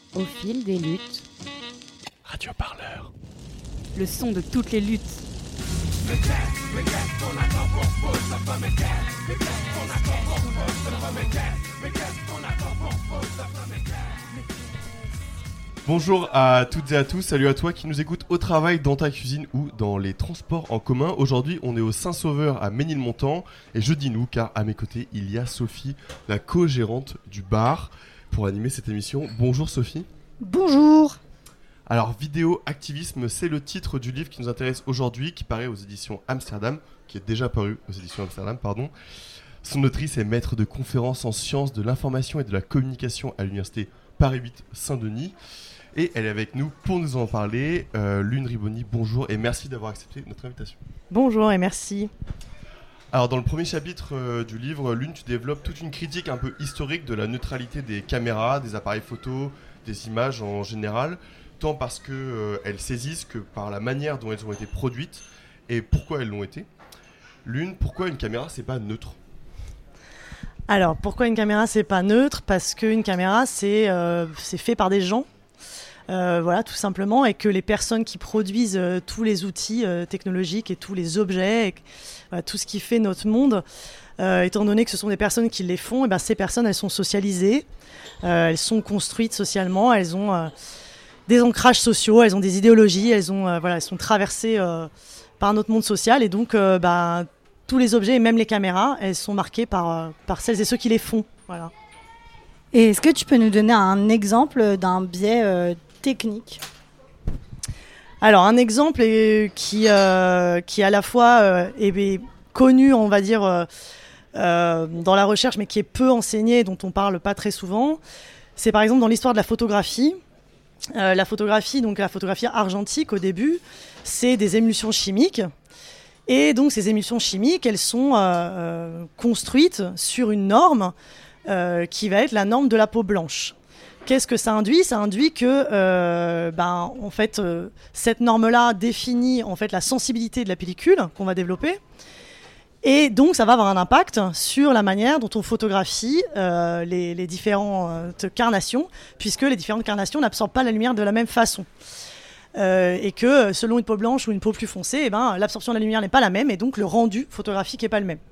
Au fil des luttes. Radio Parleur. Le son de toutes les luttes. Bonjour à toutes et à tous, salut à toi qui nous écoutes au travail, dans ta cuisine ou dans les transports en commun. Aujourd'hui, on est au Saint-Sauveur à Ménilmontant et je dis nous car à mes côtés, il y a Sophie, la co-gérante du bar, pour animer cette émission. Bonjour Sophie. Bonjour. Alors, vidéo activisme, c'est le titre du livre qui nous intéresse aujourd'hui, qui paraît aux éditions Amsterdam, qui est déjà paru aux éditions Amsterdam, pardon. Son autrice est maître de conférences en sciences de l'information et de la communication à l'université Paris 8 Saint-Denis. Et elle est avec nous pour nous en parler. Lune Riboni, bonjour et merci d'avoir accepté notre invitation. Bonjour et merci. Alors dans le premier chapitre du livre, Lune, tu développes toute une critique un peu historique de la neutralité des caméras, des appareils photo, des images en général, tant parce qu'elles saisissent que par la manière dont elles ont été produites et pourquoi elles l'ont été. Lune, pourquoi une caméra c'est pas neutre ? Alors pourquoi une caméra c'est pas neutre ? Parce qu'une caméra c'est fait par des gens. Voilà, tout simplement, et que les personnes qui produisent tous les outils technologiques et tous les objets, et, voilà, tout ce qui fait notre monde, étant donné que ce sont des personnes qui les font, et ben, ces personnes, elles sont socialisées, elles sont construites socialement, elles ont des ancrages sociaux, elles ont des idéologies, elles sont traversées par notre monde social, et donc tous les objets, et même les caméras, elles sont marquées par celles et ceux qui les font. Voilà. Et est-ce que tu peux nous donner un exemple d'un biais technique ? Alors un exemple qui à la fois est connu, on va dire, dans la recherche, mais qui est peu enseigné, dont on parle pas très souvent, c'est par exemple dans l'histoire de la photographie. La photographie argentique au début, c'est des émulsions chimiques. Et donc ces émulsions chimiques, elles sont construites sur une norme qui va être la norme de la peau blanche. Qu'est-ce que ça induit ? Ça induit que cette norme-là définit en fait la sensibilité de la pellicule qu'on va développer. Et donc ça va avoir un impact sur la manière dont on photographie les différentes carnations, puisque les différentes carnations n'absorbent pas la lumière de la même façon. Et que selon une peau blanche ou une peau plus foncée, l'absorption de la lumière n'est pas la même, et donc le rendu photographique n'est pas le même.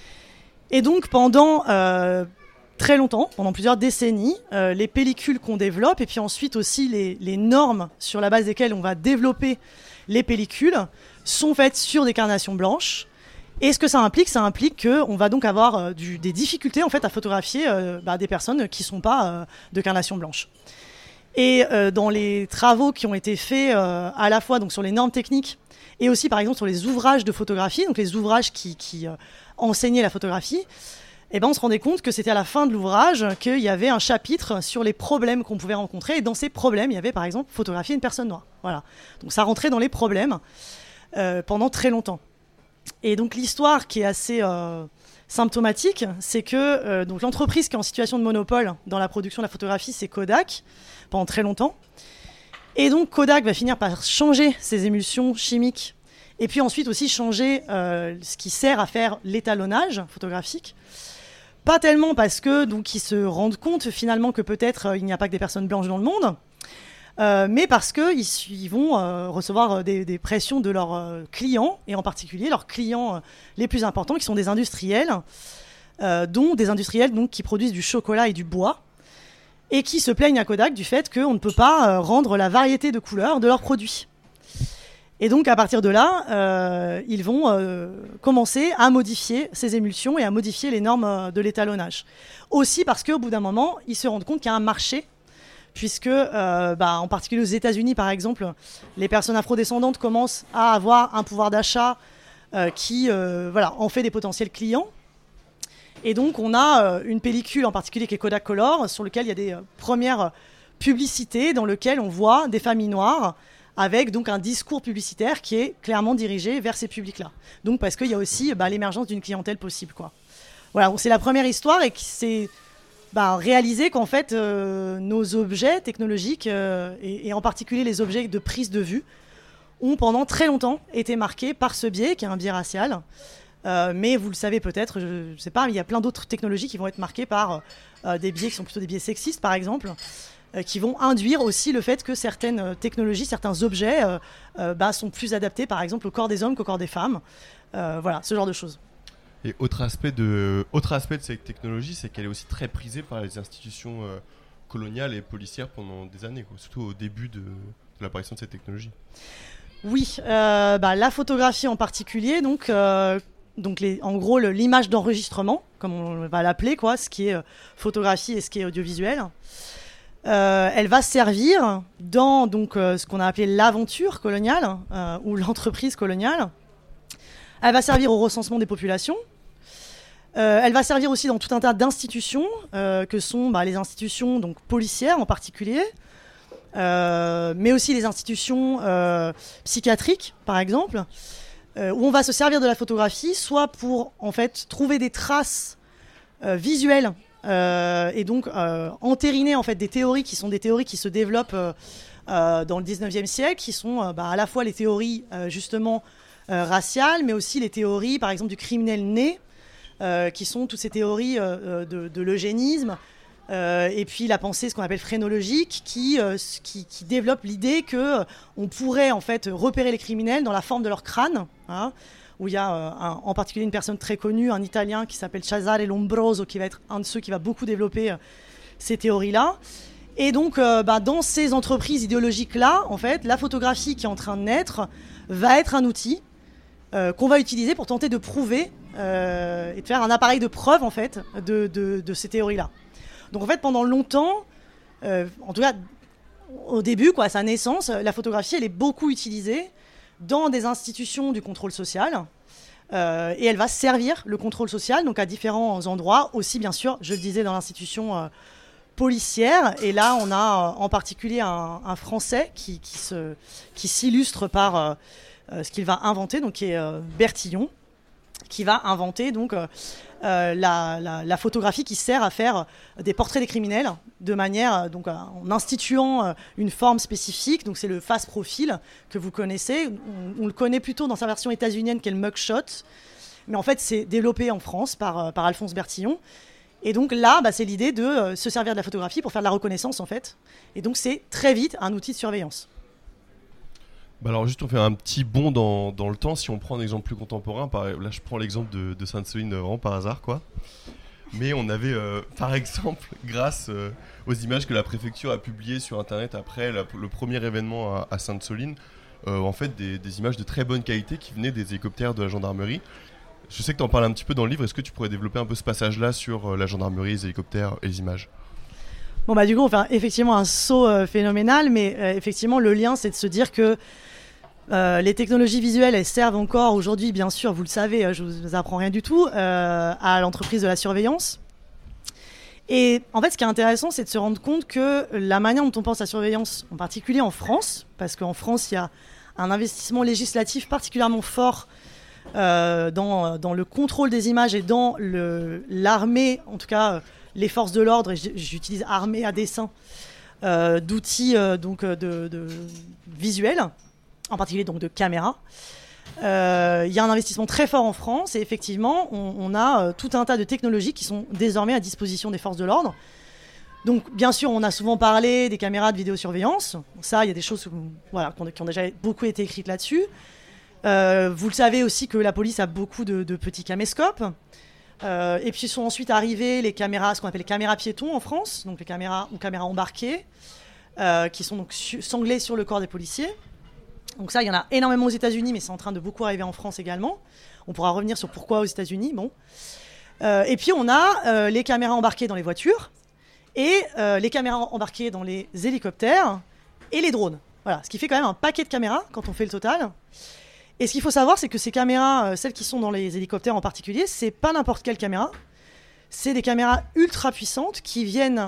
Et donc pendant très longtemps, pendant plusieurs décennies, les pellicules qu'on développe, et puis ensuite aussi les normes sur la base desquelles on va développer les pellicules, sont faites sur des carnations blanches. Et ce que ça implique qu'on va donc avoir des difficultés en fait, à photographier des personnes qui ne sont pas de carnation blanche. Et dans les travaux qui ont été faits à la fois donc, sur les normes techniques et aussi par exemple sur les ouvrages de photographie, donc les ouvrages qui enseignaient la photographie, on se rendait compte que c'était à la fin de l'ouvrage qu'il y avait un chapitre sur les problèmes qu'on pouvait rencontrer. Et dans ces problèmes, il y avait par exemple photographier une personne noire. Voilà. Donc ça rentrait dans les problèmes pendant très longtemps. Et donc l'histoire qui est assez symptomatique, c'est que donc l'entreprise qui est en situation de monopole dans la production de la photographie, c'est Kodak, pendant très longtemps. Et donc Kodak va finir par changer ses émulsions chimiques et puis ensuite aussi changer ce qui sert à faire l'étalonnage photographique. Pas tellement parce que donc ils se rendent compte finalement que peut-être il n'y a pas que des personnes blanches dans le monde, mais parce qu'ils vont recevoir des pressions de leurs clients, et en particulier leurs clients les plus importants qui sont des industriels, dont des industriels donc, qui produisent du chocolat et du bois, et qui se plaignent à Kodak du fait qu'on ne peut pas rendre la variété de couleurs de leurs produits. Et donc, à partir de là, ils vont commencer à modifier ces émulsions et à modifier les normes de l'étalonnage. Aussi parce qu'au bout d'un moment, ils se rendent compte qu'il y a un marché, puisque, en particulier aux États-Unis, par exemple, les personnes afrodescendantes commencent à avoir un pouvoir d'achat qui en fait des potentiels clients. Et donc, on a une pellicule en particulier qui est Kodak Color, sur lequel il y a des premières publicités dans lesquelles on voit des familles noires avec donc un discours publicitaire qui est clairement dirigé vers ces publics-là. Donc parce qu'il y a aussi l'émergence d'une clientèle possible, quoi. Voilà, donc c'est la première histoire et qui s'est réalisé qu'en fait nos objets technologiques et en particulier les objets de prise de vue ont pendant très longtemps été marqués par ce biais qui est un biais racial. Mais vous le savez peut-être, je ne sais pas, il y a plein d'autres technologies qui vont être marquées par des biais qui sont plutôt des biais sexistes par exemple. qui vont induire aussi le fait que certaines technologies, certains objets sont plus adaptés, par exemple, au corps des hommes qu'au corps des femmes. Voilà, ce genre de choses. Et autre aspect de cette technologie, c'est qu'elle est aussi très prisée par les institutions coloniales et policières pendant des années, quoi, surtout au début de l'apparition de cette technologie. Oui, la photographie en particulier, donc en gros l'image d'enregistrement, comme on va l'appeler, quoi, ce qui est photographie et ce qui est audiovisuel. Elle va servir dans ce qu'on a appelé l'aventure coloniale ou l'entreprise coloniale. Elle va servir au recensement des populations. Elle va servir aussi dans tout un tas d'institutions que sont les institutions donc, policières en particulier, mais aussi les institutions psychiatriques, par exemple, où on va se servir de la photographie, soit pour en fait trouver des traces visuelles et donc entériner en fait des théories qui sont des théories qui se développent dans le 19e siècle, qui sont à la fois les théories justement raciales, mais aussi les théories par exemple du criminel né, qui sont toutes ces théories de l'eugénisme, et puis la pensée, ce qu'on appelle phrénologique, qui développe l'idée que on pourrait en fait repérer les criminels dans la forme de leur crâne, hein, où il y a en particulier une personne très connue, un Italien qui s'appelle Cesare Lombroso, qui va être un de ceux qui va beaucoup développer ces théories-là. Et donc, dans ces entreprises idéologiques-là, en fait, la photographie qui est en train de naître va être un outil qu'on va utiliser pour tenter de prouver et de faire un appareil de preuve, en fait, de ces théories-là. Donc, en fait, pendant longtemps, en tout cas, au début, quoi, à sa naissance, la photographie, elle est beaucoup utilisée dans des institutions du contrôle social, et elle va servir le contrôle social donc à différents endroits, aussi bien sûr, je le disais, dans l'institution policière. Et là, on a en particulier un Français qui s'illustre par ce qu'il va inventer, donc qui est Bertillon, qui va inventer donc la photographie qui sert à faire des portraits des criminels de manière donc en instituant une forme spécifique. Donc c'est le face profil que vous connaissez. On le connaît plutôt dans sa version états-unienne qu'est le mugshot, mais en fait c'est développé en France par Alphonse Bertillon. Et donc là, c'est l'idée de se servir de la photographie pour faire de la reconnaissance en fait. Et donc c'est très vite un outil de surveillance. Alors juste on fait un petit bond dans le temps. Si on prend un exemple plus contemporain, là je prends l'exemple de Sainte-Soline vraiment par hasard, quoi. Mais on avait par exemple, grâce aux images que la préfecture a publiées sur internet après le premier événement à Sainte-Soline, en fait des images de très bonne qualité qui venaient des hélicoptères de la gendarmerie. Je sais que tu en parles un petit peu dans le livre. Est-ce que tu pourrais développer un peu ce passage-là sur la gendarmerie, les hélicoptères et les images ? Bon du coup on fait effectivement un saut phénoménal, mais effectivement le lien c'est de se dire que les technologies visuelles, elles servent encore aujourd'hui, bien sûr, vous le savez, je ne vous apprends rien du tout, à l'entreprise de la surveillance. Et en fait, ce qui est intéressant, c'est de se rendre compte que la manière dont on pense à la surveillance, en particulier en France, parce qu'en France, il y a un investissement législatif particulièrement fort dans le contrôle des images et dans l'armée, en tout cas les forces de l'ordre, et j'utilise armée à dessein, d'outils de visuels, en particulier donc de caméras. Il y a un investissement très fort en France et effectivement on a tout un tas de technologies qui sont désormais à disposition des forces de l'ordre. Donc bien sûr on a souvent parlé des caméras de vidéosurveillance, ça il y a des choses qui ont déjà beaucoup été écrites là-dessus. Vous le savez aussi que la police a beaucoup de petits caméscopes, et puis sont ensuite arrivées les caméras, ce qu'on appelle les caméras piétons en France, donc les caméras ou caméras embarquées, qui sont donc sanglées sur le corps des policiers. Donc ça, il y en a énormément aux États-Unis, mais c'est en train de beaucoup arriver en France également. On pourra revenir sur pourquoi aux États-Unis. Bon. Et puis on a les caméras embarquées dans les voitures et les caméras embarquées dans les hélicoptères et les drones. Voilà, ce qui fait quand même un paquet de caméras quand on fait le total. Et ce qu'il faut savoir, c'est que ces caméras, celles qui sont dans les hélicoptères en particulier, c'est pas n'importe quelle caméra. C'est des caméras ultra puissantes qui viennent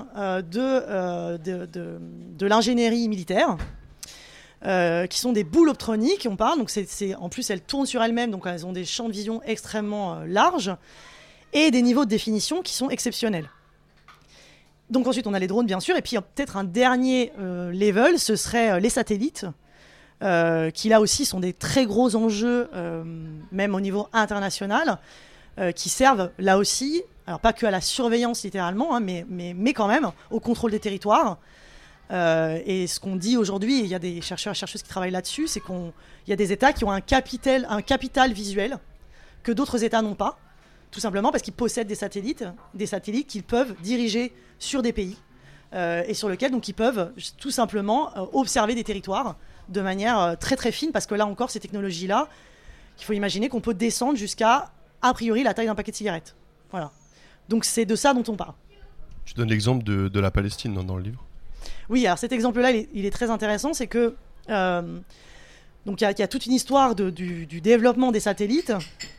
de l'ingénierie militaire. Qui sont des boules optroniques, on parle. Donc en plus, elles tournent sur elles-mêmes, donc elles ont des champs de vision extrêmement larges et des niveaux de définition qui sont exceptionnels. Donc ensuite, on a les drones, bien sûr, et puis peut-être un dernier level, ce serait les satellites, qui là aussi sont des très gros enjeux, même au niveau international, qui servent là aussi, alors pas que à la surveillance littéralement, hein, mais quand même au contrôle des territoires. Et ce qu'on dit aujourd'hui, il y a des chercheurs et chercheuses qui travaillent là-dessus, c'est qu'il y a des États qui ont un capital visuel que d'autres États n'ont pas, tout simplement parce qu'ils possèdent des satellites qu'ils peuvent diriger sur des pays et sur lesquels donc, ils peuvent tout simplement observer des territoires de manière très très fine, parce que là encore, ces technologies-là, il faut imaginer qu'on peut descendre jusqu'à, a priori, la taille d'un paquet de cigarettes. Voilà. Donc c'est de ça dont on parle. Tu donnes l'exemple de la Palestine dans le livre. Oui, alors cet exemple-là, il est très intéressant, c'est que donc il y a toute une histoire du développement des satellites,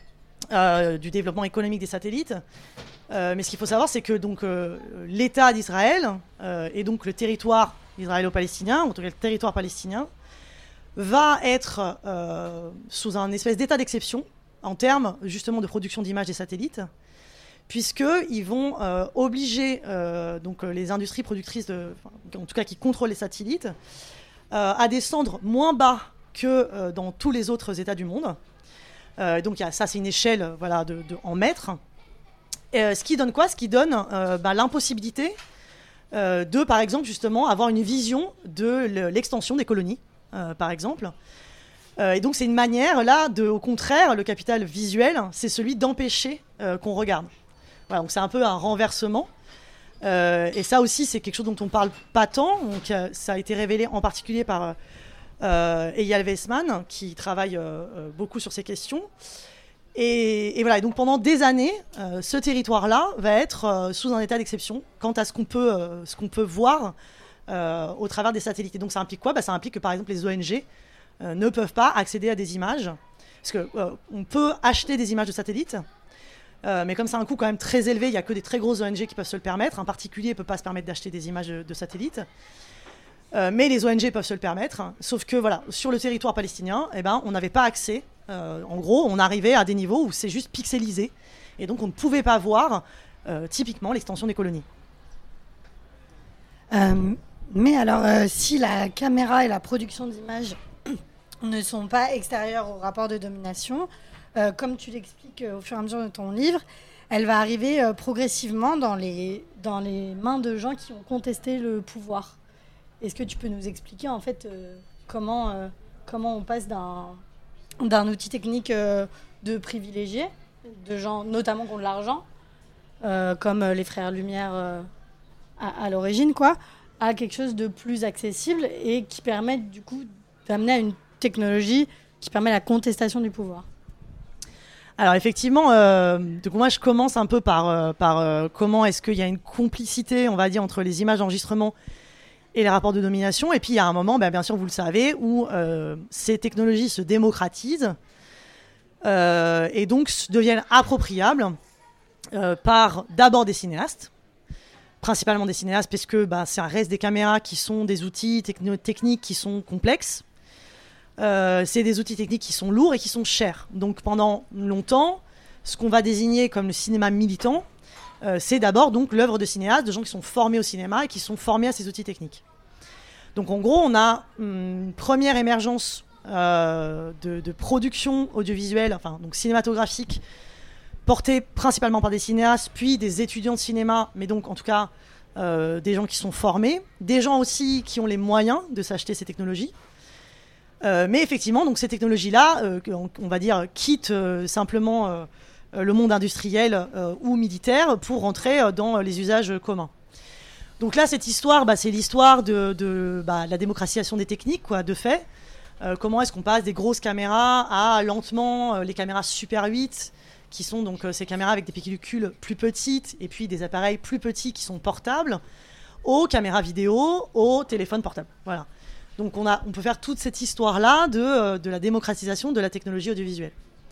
du développement économique des satellites. Mais ce qu'il faut savoir, c'est que donc l'État d'Israël et donc le territoire israélo-palestinien, en tout cas le territoire palestinien, va être sous un espèce d'état d'exception en termes justement de production d'images des satellites, puisqu'ils vont obliger donc, les industries productrices, en tout cas qui contrôlent les satellites, à descendre moins bas que dans tous les autres États du monde. Donc ça, c'est une échelle voilà, en mètres. Ce qui donne quoi ? Ce qui donne l'impossibilité de, par exemple, justement, avoir une vision de l'extension des colonies, par exemple. Et donc c'est une manière, là, au contraire, le capital visuel, c'est celui d'empêcher qu'on regarde. Voilà, donc c'est un peu un renversement. Et ça aussi, c'est quelque chose dont on ne parle pas tant. Donc, ça a été révélé en particulier par Eyal Weizman, qui travaille beaucoup sur ces questions. Et voilà, et donc pendant des années, ce territoire-là va être sous un état d'exception quant à ce qu'on peut voir au travers des satellites. Et donc ça implique quoi ? Ça implique que par exemple les ONG ne peuvent pas accéder à des images. Parce qu'on peut acheter des images de satellites, mais comme c'est un coût quand même très élevé, il n'y a que des très grosses ONG qui peuvent se le permettre. Un particulier ne peut pas se permettre d'acheter des images de satellites. Mais les ONG peuvent se le permettre. Sauf que voilà, sur le territoire palestinien, on n'avait pas accès. En gros, on arrivait à des niveaux où c'est juste pixelisé. Et donc on ne pouvait pas voir typiquement l'extension des colonies. Mais alors, si la caméra et la production d'images ne sont pas extérieures au rapport de domination, comme tu l'expliques au fur et à mesure de ton livre, elle va arriver progressivement dans les mains de gens qui ont contesté le pouvoir. Est-ce que tu peux nous expliquer en fait comment on passe d'un outil technique de privilégiés, de gens notamment qui ont de l'argent, comme les frères Lumière à l'origine, quoi, à quelque chose de plus accessible et qui permet du coup d'amener à une technologie qui permet la contestation du pouvoir. Alors effectivement, donc moi je commence un peu par comment est-ce qu'il y a une complicité, on va dire, entre les images d'enregistrement et les rapports de domination. Et puis il y a un moment, bien sûr vous le savez, où ces technologies se démocratisent et donc deviennent appropriables par d'abord des cinéastes, principalement des cinéastes, parce que ça reste des caméras qui sont des outils techniques qui sont complexes. C'est des outils techniques qui sont lourds et qui sont chers. Donc pendant longtemps, ce qu'on va désigner comme le cinéma militant, c'est d'abord donc l'œuvre de cinéastes, de gens qui sont formés au cinéma et qui sont formés à ces outils techniques. Donc en gros, on a une première émergence de production audiovisuelle, enfin donc cinématographique, portée principalement par des cinéastes, puis des étudiants de cinéma, mais donc en tout cas des gens qui sont formés, des gens aussi qui ont les moyens de s'acheter ces technologies. Mais effectivement, donc ces technologies-là, on va dire, quittent simplement le monde industriel ou militaire pour rentrer dans les usages communs. Donc là, cette histoire, c'est l'histoire de la démocratisation des techniques, quoi, de fait. Comment est-ce qu'on passe des grosses caméras à lentement les caméras Super 8, qui sont donc ces caméras avec des pellicules plus petites et puis des appareils plus petits qui sont portables, aux caméras vidéo, aux téléphones portables. Voilà. Donc on peut faire toute cette histoire-là de la démocratisation de la technologie audiovisuelle.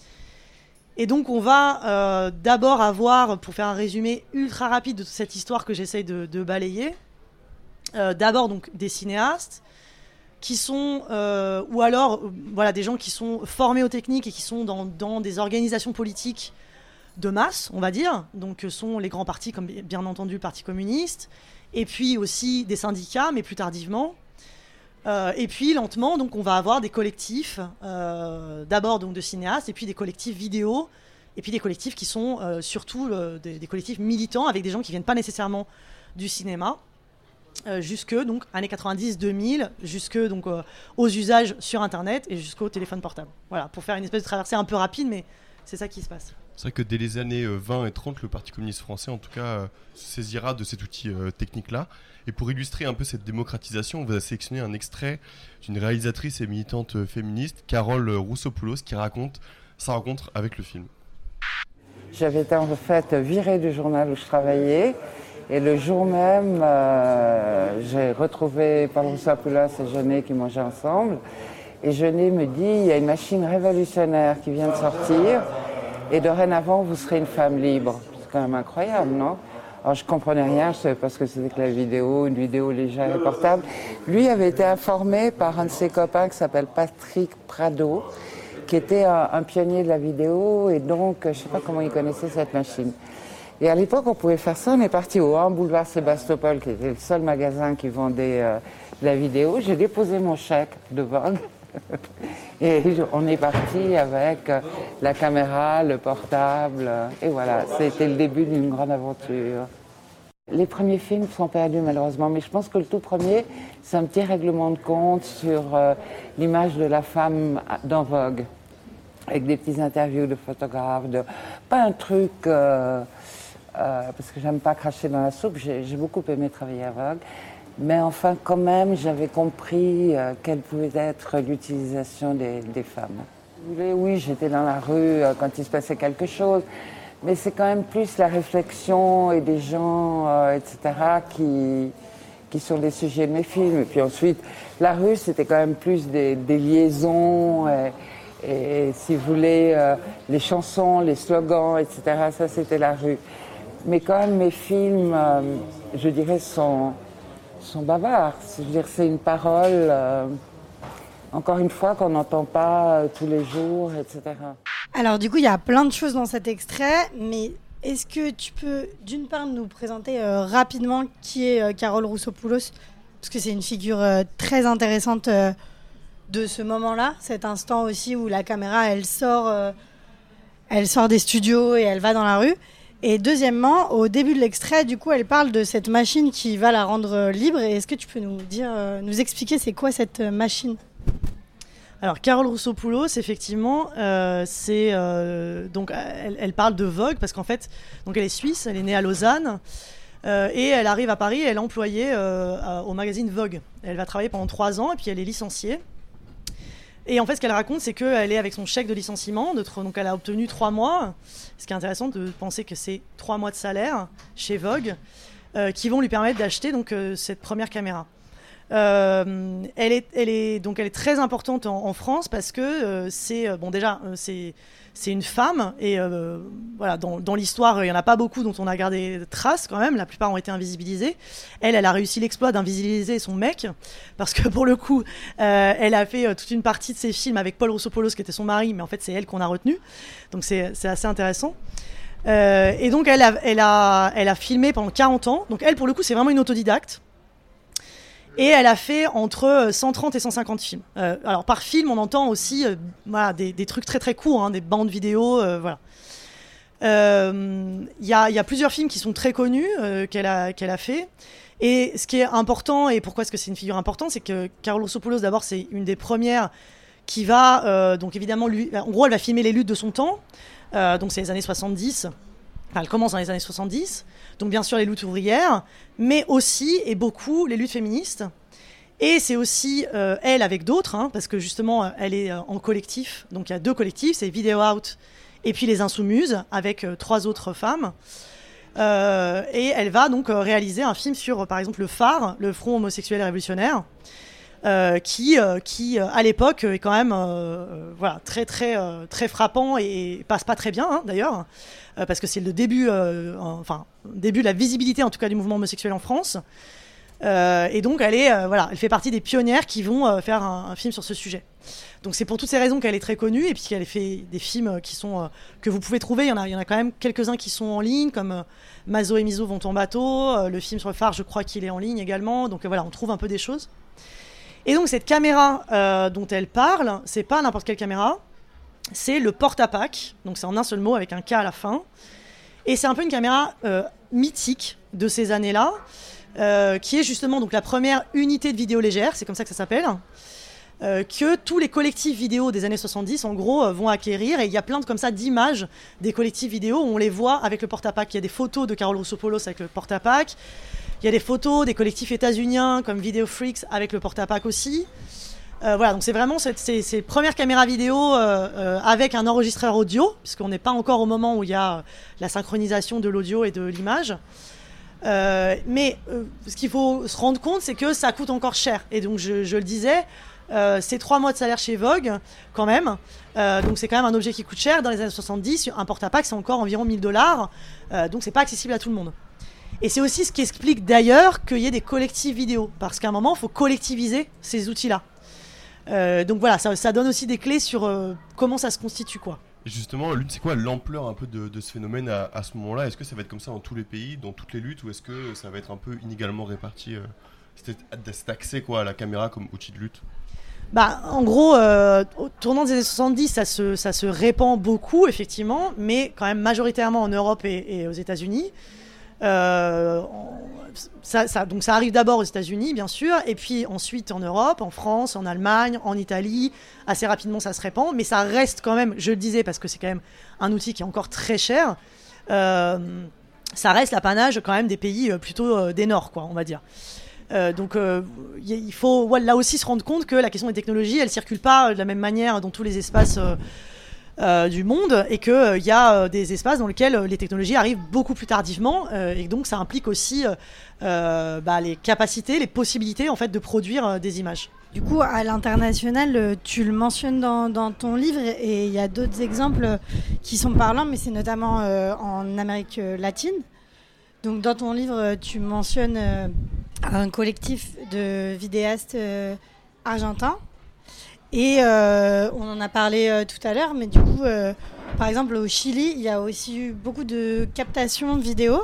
Et donc on va d'abord avoir, pour faire un résumé ultra rapide de toute cette histoire que j'essaye de balayer, d'abord donc des cinéastes qui sont, ou alors voilà, des gens qui sont formés aux techniques et qui sont dans des organisations politiques de masse, on va dire. Donc sont les grands partis, comme bien entendu le Parti communiste, et puis aussi des syndicats, mais plus tardivement. Et puis lentement, donc on va avoir des collectifs, d'abord donc de cinéastes, et puis des collectifs vidéo, et puis des collectifs qui sont surtout des collectifs militants avec des gens qui viennent pas nécessairement du cinéma. jusque donc années 90-2000, jusque donc aux usages sur Internet et jusqu'au téléphone portable. Voilà, pour faire une espèce de traversée un peu rapide, mais c'est ça qui se passe. C'est vrai que dès les années 20 et 30, le Parti communiste français, en tout cas, se saisira de cet outil technique-là. Et pour illustrer un peu cette démocratisation, on va sélectionner un extrait d'une réalisatrice et militante féministe, Carole Roussopoulos, qui raconte sa rencontre avec le film. J'avais été en fait virée du journal où je travaillais. Et le jour même, j'ai retrouvé Paul Roussopoulos et Jeunet qui mangeaient ensemble. Et Jeunet me dit, il y a une machine révolutionnaire qui vient de sortir. Et dorénavant, vous serez une femme libre. C'est quand même incroyable, non? Alors je comprenais rien, je savais pas ce que c'était que la vidéo, une vidéo légère et portable. Lui avait été informé par un de ses copains qui s'appelle Patrick Prado, qui était un pionnier de la vidéo, et donc je sais pas comment il connaissait cette machine. Et à l'époque, on pouvait faire ça, on est parti au 1 boulevard Sébastopol, qui était le seul magasin qui vendait de la vidéo. J'ai déposé mon chèque de Vogue. Et on est parti avec la caméra, le portable, et voilà, c'était le début d'une grande aventure. Les premiers films sont perdus malheureusement, mais je pense que le tout premier, c'est un petit règlement de compte sur l'image de la femme dans Vogue, avec des petites interviews de photographes, pas un truc, parce que j'aime pas cracher dans la soupe, j'ai beaucoup aimé travailler à Vogue. Mais enfin, quand même, j'avais compris quelle pouvait être l'utilisation des femmes. Oui, j'étais dans la rue quand il se passait quelque chose, mais c'est quand même plus la réflexion et des gens, etc., qui sont les sujets de mes films. Et puis ensuite, la rue, c'était quand même plus des liaisons, et si vous voulez, les chansons, les slogans, etc., ça, c'était la rue. Mais quand même, mes films, je dirais, sont bavards. Je veux dire, c'est une parole, encore une fois, qu'on n'entend pas tous les jours, etc. Alors du coup, il y a plein de choses dans cet extrait, mais est-ce que tu peux, d'une part, nous présenter rapidement qui est Carole Roussopoulos, parce que c'est une figure très intéressante de ce moment-là, cet instant aussi où la caméra, elle sort des studios et elle va dans la rue. Et deuxièmement, au début de l'extrait, du coup, elle parle de cette machine qui va la rendre libre. Et est-ce que tu peux nous expliquer c'est quoi cette machine ? Alors, Carole Roussopoulos, effectivement, donc elle parle de Vogue parce qu'en fait, donc elle est suisse, elle est née à Lausanne et elle arrive à Paris. Elle est employée au magazine Vogue. Elle va travailler pendant 3 ans et puis elle est licenciée. Et en fait, ce qu'elle raconte, c'est qu'elle est avec son chèque de licenciement, donc elle a obtenu 3 mois. Ce qui est intéressant de penser que c'est 3 mois de salaire chez Vogue qui vont lui permettre d'acheter donc cette première caméra. Elle est très importante en France parce que c'est une femme et voilà, dans l'histoire il n'y en a pas beaucoup dont on a gardé trace quand même, la plupart ont été invisibilisés. Elle a réussi l'exploit d'invisibiliser son mec parce que pour le coup elle a fait toute une partie de ses films avec Paul Roussopoulos qui était son mari, mais en fait c'est elle qu'on a retenu, donc c'est assez intéressant. Et donc elle a filmé pendant 40 ans, donc elle pour le coup c'est vraiment une autodidacte. Et elle a fait entre 130 et 150 films. Alors par film, on entend aussi voilà, des trucs très très courts, hein, des bandes vidéo. Voilà. Y a plusieurs films qui sont très connus qu'elle a fait. Et ce qui est important, et pourquoi est-ce que c'est une figure importante, c'est que Carole Roussopoulos, d'abord, c'est une des premières qui va, donc évidemment, en gros, elle va filmer les luttes de son temps. Donc c'est les années 70. Enfin, elle commence dans les années 70. Donc bien sûr les luttes ouvrières, mais aussi et beaucoup les luttes féministes. Et c'est aussi elle avec d'autres, hein, parce que justement elle est en collectif. Donc il y a 2 collectifs, c'est Video Out et puis Les Insoumises, avec 3 autres femmes. Et elle va donc réaliser un film sur, par exemple, le Phare, le Front homosexuel et révolutionnaire, qui à l'époque est quand même voilà, très très frappant et passe pas très bien, hein, d'ailleurs. Parce que c'est le début, début de la visibilité en tout cas du mouvement homosexuel en France. Et donc elle fait partie des pionnières qui vont faire un film sur ce sujet. Donc c'est pour toutes ces raisons qu'elle est très connue et puis qu'elle a fait des films qui sont que vous pouvez trouver. Il y en a quand même quelques-uns qui sont en ligne, comme Mazo et Mizo vont en bateau. Le film sur le phare, je crois qu'il est en ligne également. Donc voilà, on trouve un peu des choses. Et donc cette caméra dont elle parle, c'est pas n'importe quelle caméra. C'est le porte-à-pack, donc c'est en un seul mot avec un K à la fin. Et c'est un peu une caméra mythique de ces années-là. qui est justement donc la première unité de vidéo légère, c'est comme ça que ça s'appelle, que tous les collectifs vidéo des années 70, en gros, vont acquérir. Et il y a plein comme ça d'images des collectifs vidéo où on les voit avec le porte-à-pack. Il y a des photos de Carole Roussopoulos avec le porte-à-pack. Il y a des photos des collectifs états-uniens comme Video Freaks avec le porte-à-pack aussi. Voilà, donc c'est vraiment ces premières caméras vidéo avec un enregistreur audio, puisqu'on n'est pas encore au moment où il y a la synchronisation de l'audio et de l'image. Mais ce qu'il faut se rendre compte, c'est que ça coûte encore cher. Et donc, je le disais, c'est 3 mois de salaire chez Vogue, quand même. Donc, c'est quand même un objet qui coûte cher. Dans les années 70, un porte-à-pack, c'est encore environ $1000. Donc, c'est pas accessible à tout le monde. Et c'est aussi ce qui explique d'ailleurs qu'il y ait des collectifs vidéo. Parce qu'à un moment, il faut collectiviser ces outils-là. Donc voilà, ça donne aussi des clés sur comment ça se constitue, quoi. Et justement, c'est quoi l'ampleur un peu de ce phénomène à ce moment-là? Est-ce que ça va être comme ça dans tous les pays, dans toutes les luttes, ou est-ce que ça va être un peu inégalement réparti cet accès quoi, à la caméra comme outil de lutte? En gros, au tournant des années 70, ça se répand beaucoup, effectivement, mais quand même majoritairement en Europe et aux États-Unis. Donc ça arrive d'abord aux États-Unis, bien sûr, et puis ensuite en Europe, en France, en Allemagne, en Italie. Assez rapidement, ça se répand, mais ça reste quand même, je le disais, parce que c'est quand même un outil qui est encore très cher. Ça reste l'apanage quand même des pays plutôt des Nord, quoi, on va dire. Donc il faut là aussi se rendre compte que la question des technologies, elle circule pas de la même manière dans tous les espaces du monde, et qu'il y a des espaces dans lesquels les technologies arrivent beaucoup plus tardivement, et donc ça implique aussi les capacités, les possibilités en fait de produire des images. Du coup, à l'international, tu le mentionnes dans ton livre, et il y a d'autres exemples qui sont parlants, mais c'est notamment en Amérique latine. Donc dans ton livre, tu mentionnes un collectif de vidéastes argentins. Et on en a parlé tout à l'heure, mais du coup, par exemple, au Chili, il y a aussi eu beaucoup de captations vidéo,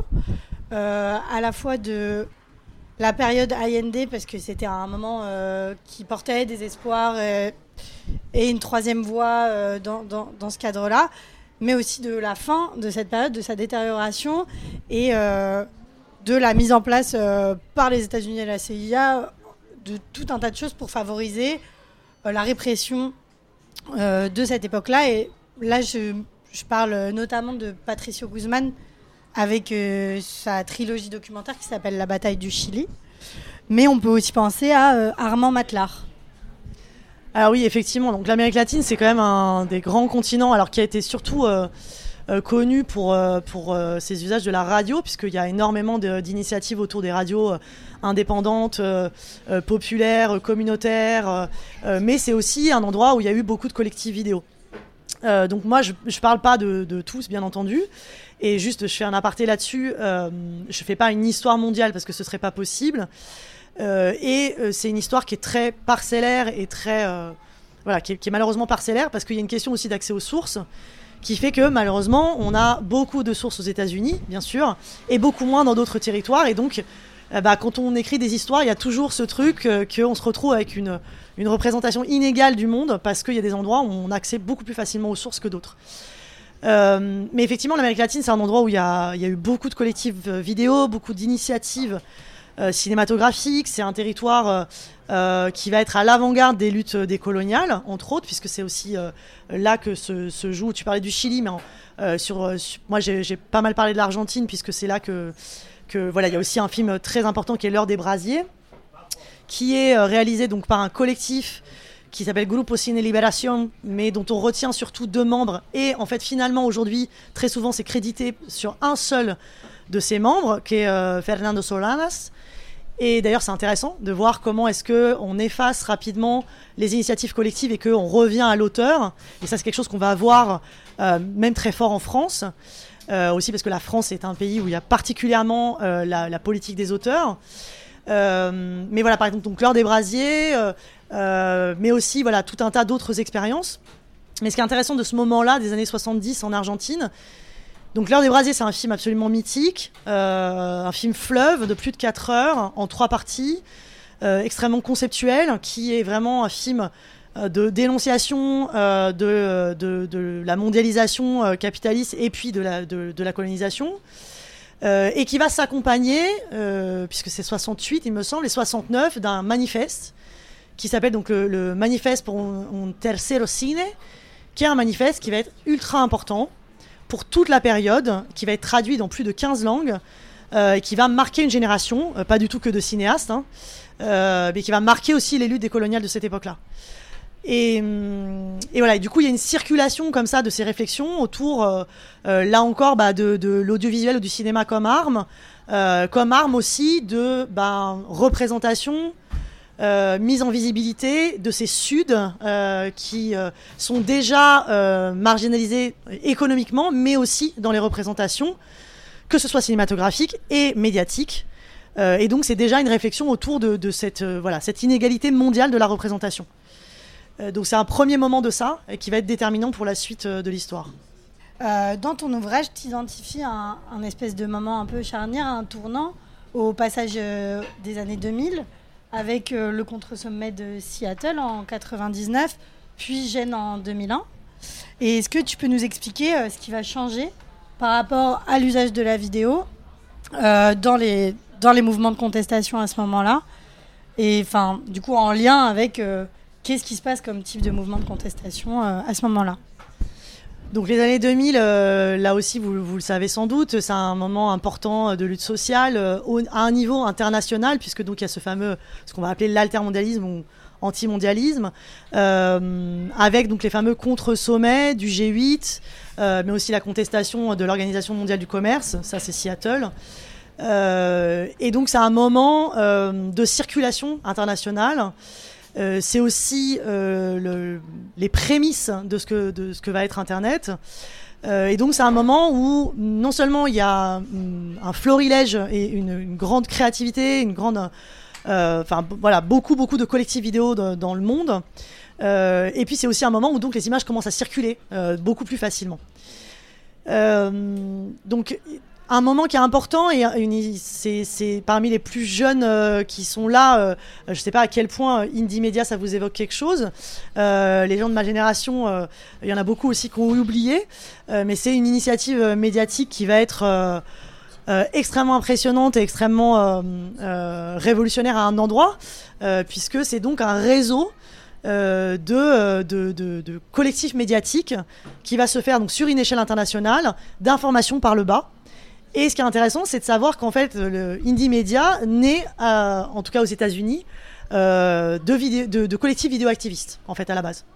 à la fois de la période Allende, parce que c'était un moment qui portait des espoirs et une troisième voie dans ce cadre-là, mais aussi de la fin de cette période, de sa détérioration, et de la mise en place par les États-Unis et la CIA de tout un tas de choses pour favoriser la répression de cette époque-là. Et là, je parle notamment de Patricio Guzman avec sa trilogie documentaire qui s'appelle La bataille du Chili. Mais on peut aussi penser à Armand Matlar. Alors oui, effectivement. Donc l'Amérique latine, c'est quand même un des grands continents, alors qui a été surtout connu pour ses usages de la radio, puisqu'il y a énormément d'initiatives autour des radios indépendantes, populaires, communautaires, mais c'est aussi un endroit où il y a eu beaucoup de collectifs vidéo. Donc moi, je parle pas de tous, bien entendu, et juste je fais un aparté là-dessus. Je fais pas une histoire mondiale parce que ce serait pas possible, et c'est une histoire qui est très parcellaire et très qui est malheureusement parcellaire, parce qu'il y a une question aussi d'accès aux sources, qui fait que malheureusement on a beaucoup de sources aux États-Unis, bien sûr, et beaucoup moins dans d'autres territoires. Et donc quand on écrit des histoires, il y a toujours ce truc qu'on se retrouve avec une représentation inégale du monde, parce qu'il y a des endroits où on a accès beaucoup plus facilement aux sources que d'autres. Mais effectivement, l'Amérique latine, c'est un endroit où il y a eu beaucoup de collectifs vidéo, beaucoup d'initiatives cinématographiques. C'est un territoire qui va être à l'avant-garde des luttes décoloniales, entre autres, puisque c'est aussi là que se joue. Tu parlais du Chili, mais moi j'ai pas mal parlé de l'Argentine, puisque c'est là que voilà, il y a aussi un film très important qui est L'heure des brasiers, qui est réalisé donc par un collectif qui s'appelle Grupo Cine Liberación, mais dont on retient surtout 2 membres. Et en fait, finalement, aujourd'hui, très souvent, c'est crédité sur un seul de ses membres, qui est Fernando Solanas. Et d'ailleurs, c'est intéressant de voir comment est-ce qu'on efface rapidement les initiatives collectives et qu'on revient à l'auteur. Et ça, c'est quelque chose qu'on va avoir même très fort en France. Aussi parce que la France est un pays où il y a particulièrement la politique des auteurs. Mais voilà, par exemple, donc L'heure des brasiers, mais aussi voilà, tout un tas d'autres expériences. Mais ce qui est intéressant de ce moment-là, des années 70 en Argentine, donc L'heure des brasiers, c'est un film absolument mythique, un film fleuve de plus de 4 heures, en 3 parties, extrêmement conceptuel, qui est vraiment un film de dénonciation de la mondialisation capitaliste et puis de la colonisation. et qui va s'accompagner, puisque c'est 68 il me semble, et 69, d'un manifeste qui s'appelle donc le Manifeste pour un tercero cine, qui est un manifeste qui va être ultra important pour toute la période, qui va être traduit dans plus de 15 langues, et qui va marquer une génération, pas du tout que de cinéastes, hein, mais qui va marquer aussi les luttes décoloniales de cette époque-là. Et voilà, et du coup, il y a une circulation comme ça de ces réflexions autour, là encore, de l'audiovisuel ou du cinéma comme arme aussi de représentation, mise en visibilité de ces Suds qui sont déjà marginalisés économiquement, mais aussi dans les représentations, que ce soit cinématographiques et médiatiques. Et donc, c'est déjà une réflexion autour de cette inégalité mondiale de la représentation. Donc, c'est un premier moment de ça qui va être déterminant pour la suite de l'histoire. Dans ton ouvrage, tu identifies un espèce de moment un peu charnière, un tournant au passage des années 2000, avec le contre-sommet de Seattle en 99, puis Gênes en 2001. Et est-ce que tu peux nous expliquer ce qui va changer par rapport à l'usage de la vidéo dans les mouvements de contestation à ce moment-là, et du coup en lien avec qu'est-ce qui se passe comme type de mouvement de contestation à ce moment-là? Donc les années 2000, là aussi vous le savez sans doute, c'est un moment important de lutte sociale à un niveau international, puisque donc il y a ce qu'on va appeler l'altermondialisme ou anti-mondialisme, avec donc les fameux contre-sommets du G8, mais aussi la contestation de l'Organisation mondiale du commerce, ça c'est Seattle. Et donc c'est un moment de circulation internationale. C'est aussi les prémices de ce que va être Internet. Et donc c'est un moment où non seulement il y a un florilège et une grande créativité, beaucoup de collectifs vidéo dans le monde. Et puis c'est aussi un moment où donc les images commencent à circuler beaucoup plus facilement. Donc un moment qui est important, et c'est parmi les plus jeunes qui sont là. Je ne sais pas à quel point Indie Media ça vous évoque quelque chose. Les gens de ma génération, il y en a beaucoup aussi qui ont oublié, mais c'est une initiative médiatique qui va être extrêmement impressionnante et extrêmement révolutionnaire à un endroit, puisque c'est donc un réseau de collectifs médiatiques qui va se faire donc sur une échelle internationale d'information par le bas. Et ce qui est intéressant, c'est de savoir qu'en fait, le Indie Media naît, en tout cas aux États-Unis, de collectifs vidéo-activistes, en fait, à la base.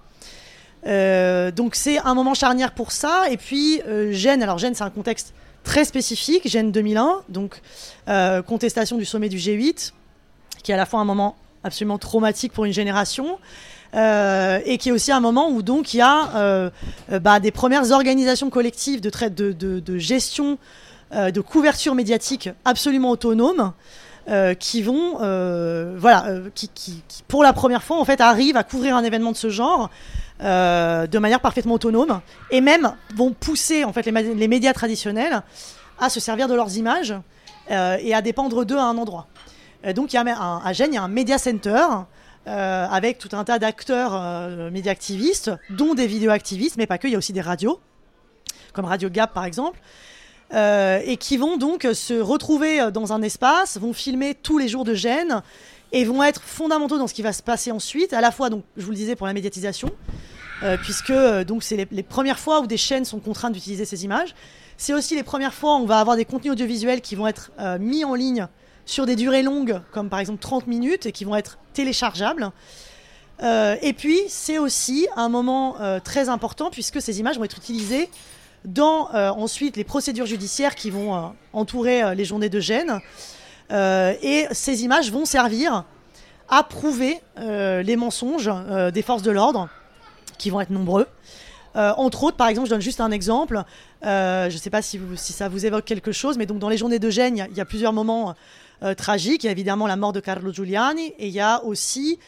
Donc c'est un moment charnière pour ça. Et puis Gênes, alors Gênes, c'est un contexte très spécifique. Gênes 2001, donc contestation du sommet du G8, qui est à la fois un moment absolument traumatique pour une génération, et qui est aussi un moment où donc il y a des premières organisations collectives de gestion, de couverture médiatique absolument autonomes, qui vont, qui pour la première fois en fait arrivent à couvrir un événement de ce genre de manière parfaitement autonome, et même vont pousser en fait les médias traditionnels à se servir de leurs images et à dépendre d'eux à un endroit. Donc à Gênes, il y a un media center avec tout un tas d'acteurs média-activistes, dont des vidéo-activistes, mais pas que, il y a aussi des radios, comme Radio Gap par exemple, et qui vont donc se retrouver dans un espace, vont filmer tous les jours de Gênes, et vont être fondamentaux dans ce qui va se passer ensuite, à la fois, donc, je vous le disais, pour la médiatisation, puisque donc, c'est les premières fois où des chaînes sont contraintes d'utiliser ces images. C'est aussi les premières fois où on va avoir des contenus audiovisuels qui vont être mis en ligne sur des durées longues, comme par exemple 30 minutes, et qui vont être téléchargeables. Et puis, c'est aussi un moment très important, puisque ces images vont être utilisées dans ensuite les procédures judiciaires qui vont entourer les journées de Gênes. Et ces images vont servir à prouver les mensonges des forces de l'ordre, qui vont être nombreux. Entre autres, par exemple, je donne juste un exemple. Je ne sais pas si ça vous évoque quelque chose, mais donc dans les journées de Gênes, il y a plusieurs moments tragiques. Il y a évidemment la mort de Carlo Giuliani, et il y a aussi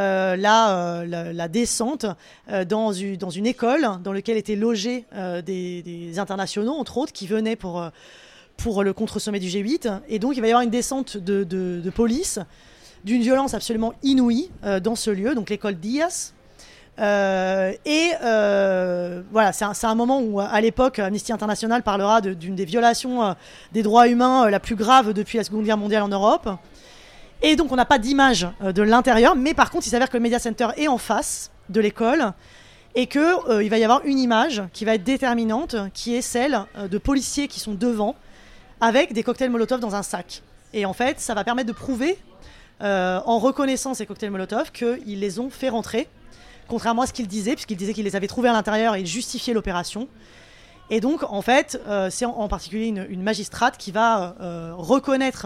la descente dans une école dans laquelle étaient logés des internationaux, entre autres, qui venaient pour le contre-sommet du G8. Et donc, il va y avoir une descente de police d'une violence absolument inouïe dans ce lieu, donc l'école Diaz, Voilà, c'est un moment où, à l'époque, Amnesty International parlera d'une des violations des droits humains la plus grave depuis la Seconde Guerre mondiale en Europe. Et donc, on n'a pas d'image de l'intérieur, mais par contre, il s'avère que le Media Center est en face de l'école et qu'il va y avoir une image qui va être déterminante, qui est celle de policiers qui sont devant avec des cocktails Molotov dans un sac. Et en fait, ça va permettre de prouver, en reconnaissant ces cocktails Molotov, qu'ils les ont fait rentrer, contrairement à ce qu'ils disaient, puisqu'ils disaient qu'ils les avaient trouvés à l'intérieur et ils justifiaient l'opération. Et donc, en fait, c'est en particulier une magistrate qui va reconnaître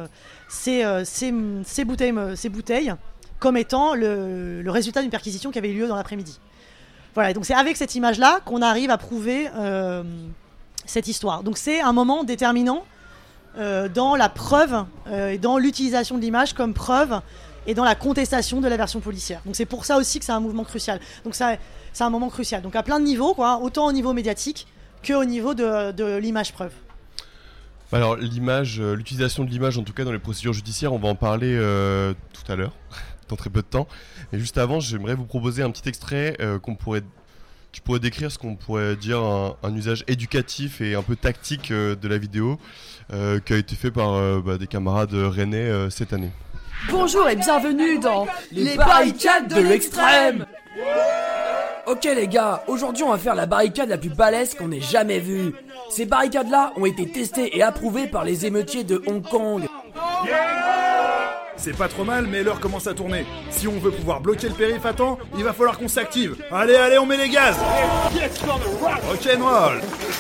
ces bouteilles comme étant le résultat d'une perquisition qui avait eu lieu dans l'après-midi. Voilà, et donc c'est avec cette image-là qu'on arrive à prouver cette histoire. Donc c'est un moment déterminant dans la preuve et dans l'utilisation de l'image comme preuve et dans la contestation de la version policière. Donc c'est pour ça aussi que c'est un mouvement crucial. Donc c'est un moment crucial. Donc à plein de niveaux, quoi, autant au niveau médiatique qu'au niveau de l'image preuve. Alors l'utilisation de l'image, en tout cas dans les procédures judiciaires, on va en parler tout à l'heure, dans très peu de temps. Mais juste avant, j'aimerais vous proposer un petit extrait qui pourrait décrire ce qu'on pourrait dire un usage éducatif et un peu tactique de la vidéo qui a été fait par des camarades rennais cette année. Bonjour et bienvenue dans les barricades de l'extrême. Ok les gars, aujourd'hui on va faire la barricade la plus balèze qu'on ait jamais vue. Ces barricades-là ont été testées et approuvées par les émeutiers de Hong Kong. C'est pas trop mal, mais l'heure commence à tourner. Si on veut pouvoir bloquer le périph' à temps, il va falloir qu'on s'active. Allez, on met les gaz. Ok, Noël.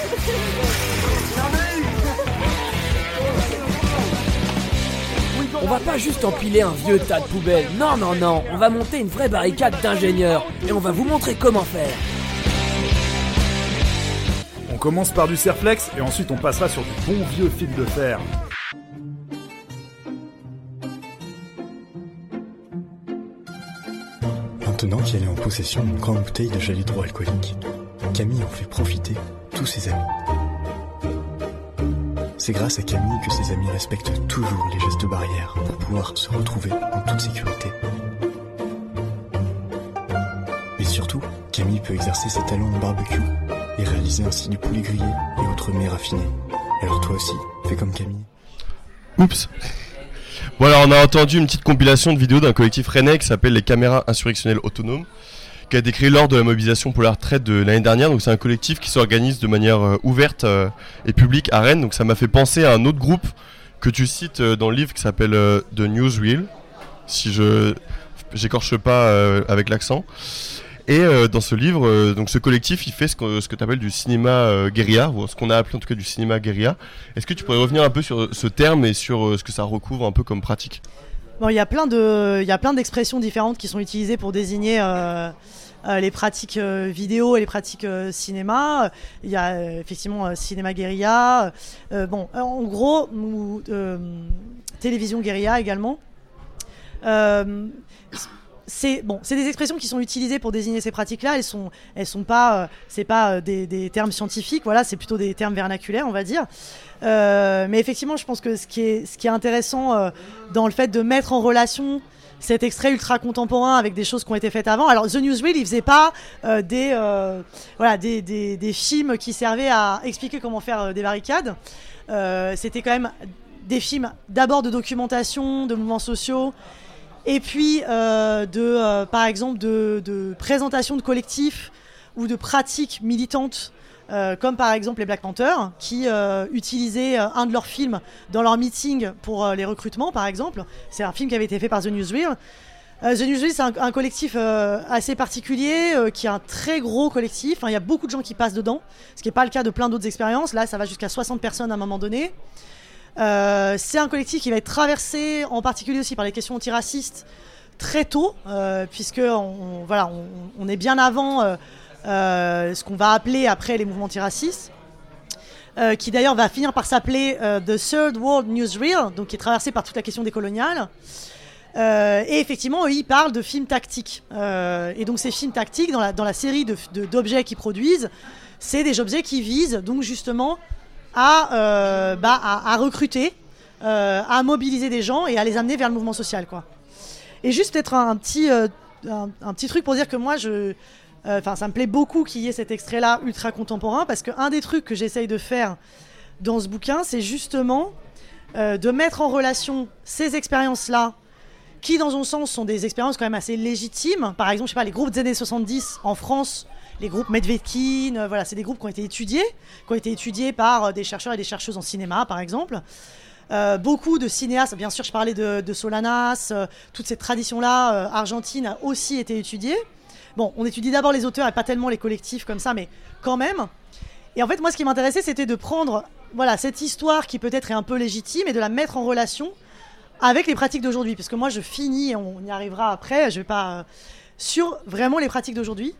On va pas juste empiler un vieux tas de poubelles. Non, on va monter une vraie barricade d'ingénieurs. Et on va vous montrer comment faire. On commence par du serflex et ensuite on passera sur du bon vieux fil de fer. Maintenant qu'elle est en possession d'une grande bouteille de gel hydroalcoolique, Camille en fait profiter tous ses amis. C'est grâce à Camille que ses amis respectent toujours les gestes barrières pour pouvoir se retrouver en toute sécurité. Mais surtout, Camille peut exercer ses talents en barbecue et réaliser ainsi du poulet grillé et autres mets raffinés. Alors toi aussi, fais comme Camille. Oups. Voilà, on a entendu une petite compilation de vidéos d'un collectif rennais qui s'appelle les Caméras Insurrectionnelles Autonomes, qui a été créé lors de la mobilisation pour la retraite de l'année dernière. Donc c'est un collectif qui s'organise de manière ouverte et publique à Rennes. Donc ça m'a fait penser à un autre groupe que tu cites dans le livre qui s'appelle The Newsreel, si j'écorche pas avec l'accent. Et dans ce livre, donc ce collectif, il fait ce que tu appelles du cinéma guérilla, ou ce qu'on a appelé en tout cas du cinéma guérilla. Est-ce que tu pourrais revenir un peu sur ce terme et sur ce que ça recouvre un peu comme pratique ? Bon, il y a plein d'expressions différentes qui sont utilisées pour désigner les pratiques vidéo et les pratiques cinéma. Il y a effectivement cinéma guérilla. En gros, télévision guérilla également. C'est des expressions qui sont utilisées pour désigner ces pratiques-là. Elles sont pas, c'est pas des termes scientifiques. Voilà, c'est plutôt des termes vernaculaires, on va dire. Mais effectivement, je pense que ce qui est intéressant dans le fait de mettre en relation cet extrait ultra contemporain avec des choses qui ont été faites avant. Alors, The Newsreel, il faisait pas des films qui servaient à expliquer comment faire des barricades. C'était quand même des films d'abord de documentation, de mouvements sociaux. Et puis, par exemple, de présentation de collectifs ou de pratiques militantes, comme par exemple les Black Panthers, qui utilisaient un de leurs films dans leur meeting pour les recrutements, par exemple. C'est un film qui avait été fait par The Newsreel. The Newsreel, c'est un collectif assez particulier, qui est un très gros collectif. Il y a beaucoup de gens qui passent dedans, ce qui n'est pas le cas de plein d'autres expériences. Là, ça va jusqu'à 60 personnes à un moment donné. C'est un collectif qui va être traversé en particulier aussi par les questions antiracistes très tôt, puisque on est bien avant ce qu'on va appeler après les mouvements antiracistes, qui d'ailleurs va finir par s'appeler The Third World Newsreel, donc qui est traversé par toute la question décoloniale. Et effectivement, eux, ils parlent de films tactiques. Et donc ces films tactiques, dans la série d'objets qu'ils produisent, c'est des objets qui visent donc justement à recruter, à mobiliser des gens et à les amener vers le mouvement social, quoi. Et juste peut-être un petit un petit truc pour dire que moi, ça me plaît beaucoup qu'il y ait cet extrait-là ultra contemporain, parce qu'un des trucs que j'essaye de faire dans ce bouquin, c'est justement de mettre en relation ces expériences-là, qui, dans un sens, sont des expériences quand même assez légitimes. Par exemple, je sais pas, les groupes des années 70 en France, les groupes Medvedkin, voilà, c'est des groupes qui ont été étudiés par des chercheurs et des chercheuses en cinéma, par exemple. Beaucoup de cinéastes, bien sûr, je parlais de Solanas, toute cette tradition-là argentine a aussi été étudiée. Bon, on étudie d'abord les auteurs et pas tellement les collectifs comme ça, mais quand même. Et en fait, moi, ce qui m'intéressait, c'était de prendre cette histoire qui peut-être est un peu légitime et de la mettre en relation avec les pratiques d'aujourd'hui. Parce que moi, je finis, on y arrivera après, je vais pas... sur vraiment les pratiques d'aujourd'hui.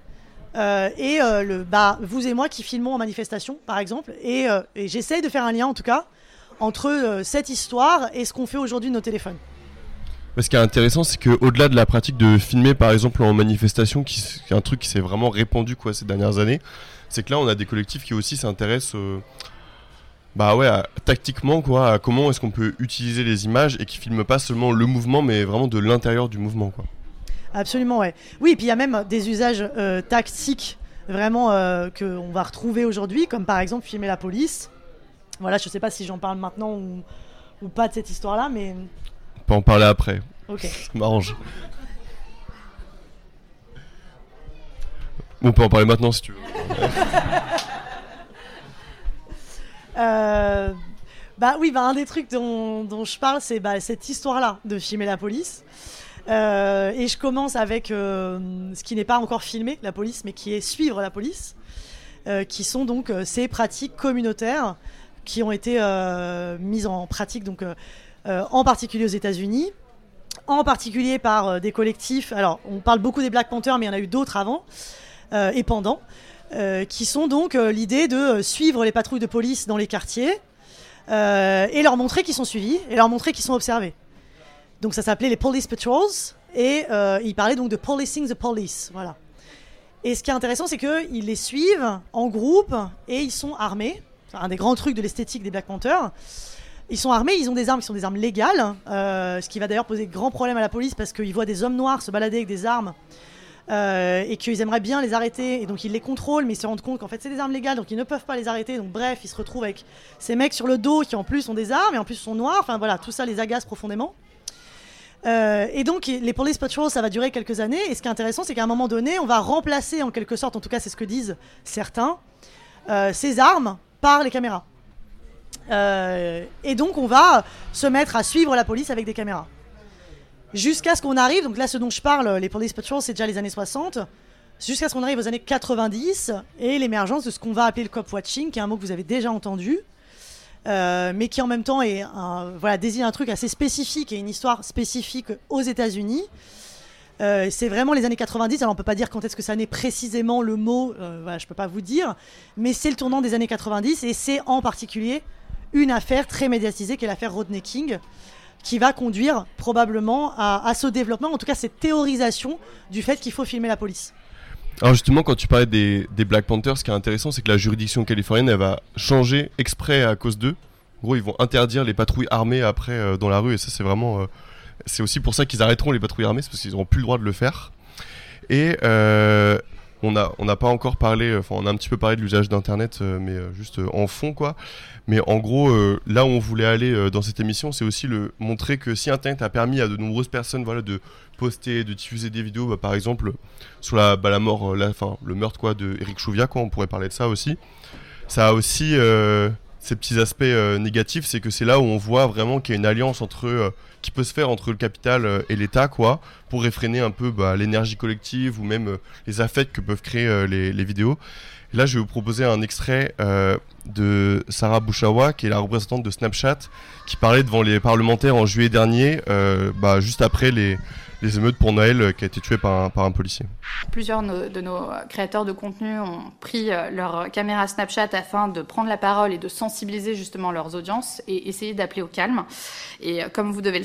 Vous et moi qui filmons en manifestation, par exemple. Et j'essaye de faire un lien, en tout cas, entre cette histoire et ce qu'on fait aujourd'hui de nos téléphones. Ce qui est intéressant, c'est qu'au-delà de la pratique de filmer, par exemple, en manifestation, qui est un truc qui s'est vraiment répandu ces dernières années, c'est que là, on a des collectifs qui aussi s'intéressent tactiquement, à comment est-ce qu'on peut utiliser les images et qui filment pas seulement le mouvement, mais vraiment de l'intérieur du mouvement, quoi. Absolument, ouais. Oui, et puis il y a même des usages tactiques, vraiment, qu'on va retrouver aujourd'hui, comme par exemple filmer la police. Voilà, je sais pas si j'en parle maintenant ou pas de cette histoire-là, mais... On peut en parler après. Ok. Ça m'arrange. On peut en parler maintenant si tu veux. Un des trucs dont je parle, c'est cette histoire-là de filmer la police. Et je commence avec ce qui n'est pas encore filmer la police, mais qui est suivre la police, qui sont donc ces pratiques communautaires qui ont été mises en pratique, donc en particulier aux États-Unis, en particulier par des collectifs. Alors, on parle beaucoup des Black Panthers, mais il y en a eu d'autres avant et pendant, qui sont donc l'idée de suivre les patrouilles de police dans les quartiers et leur montrer qu'ils sont suivis et leur montrer qu'ils sont observés. Donc ça s'appelait les Police Patrols et ils parlaient donc de policing the police. Voilà. Et ce qui est intéressant, c'est qu'ils les suivent en groupe et ils sont armés. C'est un des grands trucs de l'esthétique des Black Panthers. Ils sont armés, ils ont des armes qui sont des armes légales, ce qui va d'ailleurs poser de grands problèmes à la police parce qu'ils voient des hommes noirs se balader avec des armes et qu'ils aimeraient bien les arrêter, et donc ils les contrôlent, mais ils se rendent compte qu'en fait c'est des armes légales, donc ils ne peuvent pas les arrêter. Donc bref, ils se retrouvent avec ces mecs sur le dos qui en plus ont des armes et en plus sont noirs. Enfin voilà, tout ça les agace profondément. Et donc les Police Patrols, ça va durer quelques années, et ce qui est intéressant, c'est qu'à un moment donné, on va remplacer en quelque sorte, en tout cas c'est ce que disent certains, ces armes par les caméras. Et donc on va se mettre à suivre la police avec des caméras. Jusqu'à ce qu'on arrive, donc là ce dont je parle, les Police Patrols, c'est déjà les années 60, jusqu'à ce qu'on arrive aux années 90 et l'émergence de ce qu'on va appeler le cop watching, qui est un mot que vous avez déjà entendu, mais qui en même temps désigne un truc assez spécifique et une histoire spécifique aux États-Unis. C'est vraiment les années 90, alors on peut pas dire quand est-ce que ça naît précisément le mot, je peux pas vous dire, mais c'est le tournant des années 90 et c'est en particulier une affaire très médiatisée qui est l'affaire Rodney King, qui va conduire probablement à ce développement, en tout cas cette théorisation du fait qu'il faut filmer la police. Alors justement, quand tu parlais des Black Panthers, ce qui est intéressant, c'est que la juridiction californienne, elle va changer exprès à cause d'eux. En gros, ils vont interdire les patrouilles armées après dans la rue, et ça c'est vraiment... c'est aussi pour ça qu'ils arrêteront les patrouilles armées, c'est parce qu'ils n'auront plus le droit de le faire. Et on n'a pas encore parlé, on a un petit peu parlé de l'usage d'Internet, mais juste en fond, quoi. Mais en gros, là où on voulait aller dans cette émission, c'est aussi montrer que si Internet a permis à de nombreuses personnes de poster, de diffuser des vidéos, par exemple, sur la mort, le meurtre de Éric Chouviat, on pourrait parler de ça aussi. Ça a aussi ces petits aspects négatifs, c'est que c'est là où on voit vraiment qu'il y a une alliance qui peut se faire entre le capital et l'État, pour réfréner un peu l'énergie collective ou même les affects que peuvent créer les vidéos. Et là, je vais vous proposer un extrait de Sarah Bouchawa, qui est la représentante de Snapchat, qui parlait devant les parlementaires en juillet dernier, juste après les émeutes pour Noël, qui a été tué par un policier. Plusieurs de nos créateurs de contenu ont pris leur caméra Snapchat afin de prendre la parole et de sensibiliser justement leurs audiences et essayer d'appeler au calme. Et comme vous devez le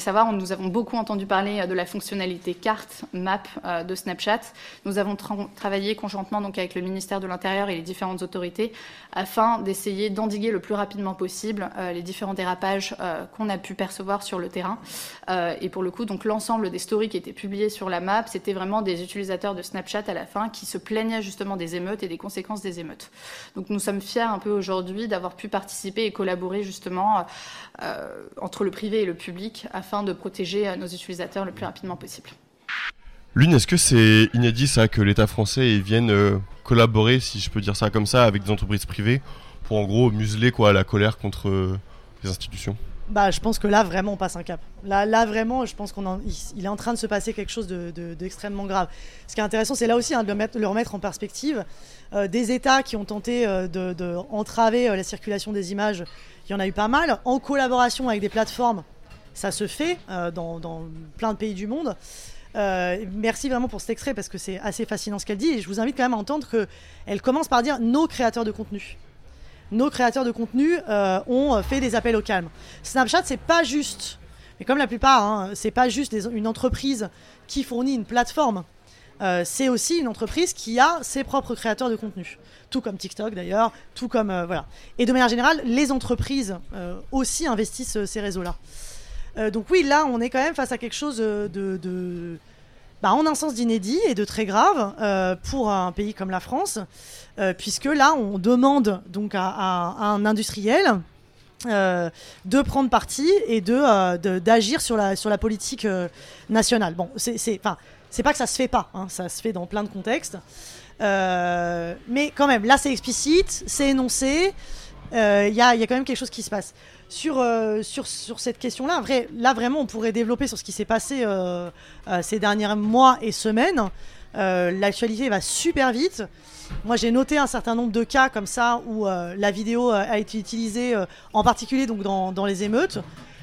savoir, nous avons beaucoup entendu parler de la fonctionnalité carte, map de Snapchat. Nous avons travaillé conjointement donc, avec le ministère de l'Intérieur et les différentes autorités afin d'essayer d'endiguer le plus rapidement possible les différents dérapages qu'on a pu percevoir sur le terrain. Et pour le coup, donc, l'ensemble des stories qui étaient publiées sur la map, c'était vraiment des utilisateurs de Snapchat à la fin qui se plaignaient justement des émeutes et des conséquences des émeutes. Donc nous sommes fiers un peu aujourd'hui d'avoir pu participer et collaborer justement entre le privé et le public afin de protéger nos utilisateurs le plus rapidement possible. Lune, est-ce que c'est inédit ça que l'État français vienne collaborer, si je peux dire ça comme ça, avec des entreprises privées pour en gros museler quoi, la colère contre les institutions ? Bah, je pense que là, vraiment, on passe un cap. Là vraiment, je pense qu'il est en train de se passer quelque chose d'extrêmement grave. Ce qui est intéressant, c'est là aussi de le remettre en perspective. Des États qui ont tenté d'entraver la circulation des images, il y en a eu pas mal. En collaboration avec des plateformes, ça se fait dans plein de pays du monde. Merci vraiment pour cet extrait parce que c'est assez fascinant ce qu'elle dit. Et je vous invite quand même à entendre qu'elle commence par dire « nos créateurs de contenu ». Nos créateurs de contenu ont fait des appels au calme. Snapchat, c'est pas juste, mais comme la plupart, c'est pas juste une entreprise qui fournit une plateforme. C'est aussi une entreprise qui a ses propres créateurs de contenu. Tout comme TikTok d'ailleurs, tout comme voilà. Et de manière générale, les entreprises aussi investissent ces réseaux-là. Donc oui, là, on est quand même face à quelque chose en un sens d'inédit et de très grave pour un pays comme la France, puisque là, on demande donc à un industriel de prendre parti et d'agir sur la politique nationale. Bon, c'est pas que ça se fait pas, ça se fait dans plein de contextes, mais quand même, là, c'est explicite, c'est énoncé, il y a quand même quelque chose qui se passe. Sur cette question-là, vraiment, on pourrait développer sur ce qui s'est passé ces derniers mois et semaines. L'actualité va super vite. Moi, j'ai noté un certain nombre de cas comme ça où la vidéo a été utilisée, en particulier donc, dans les émeutes.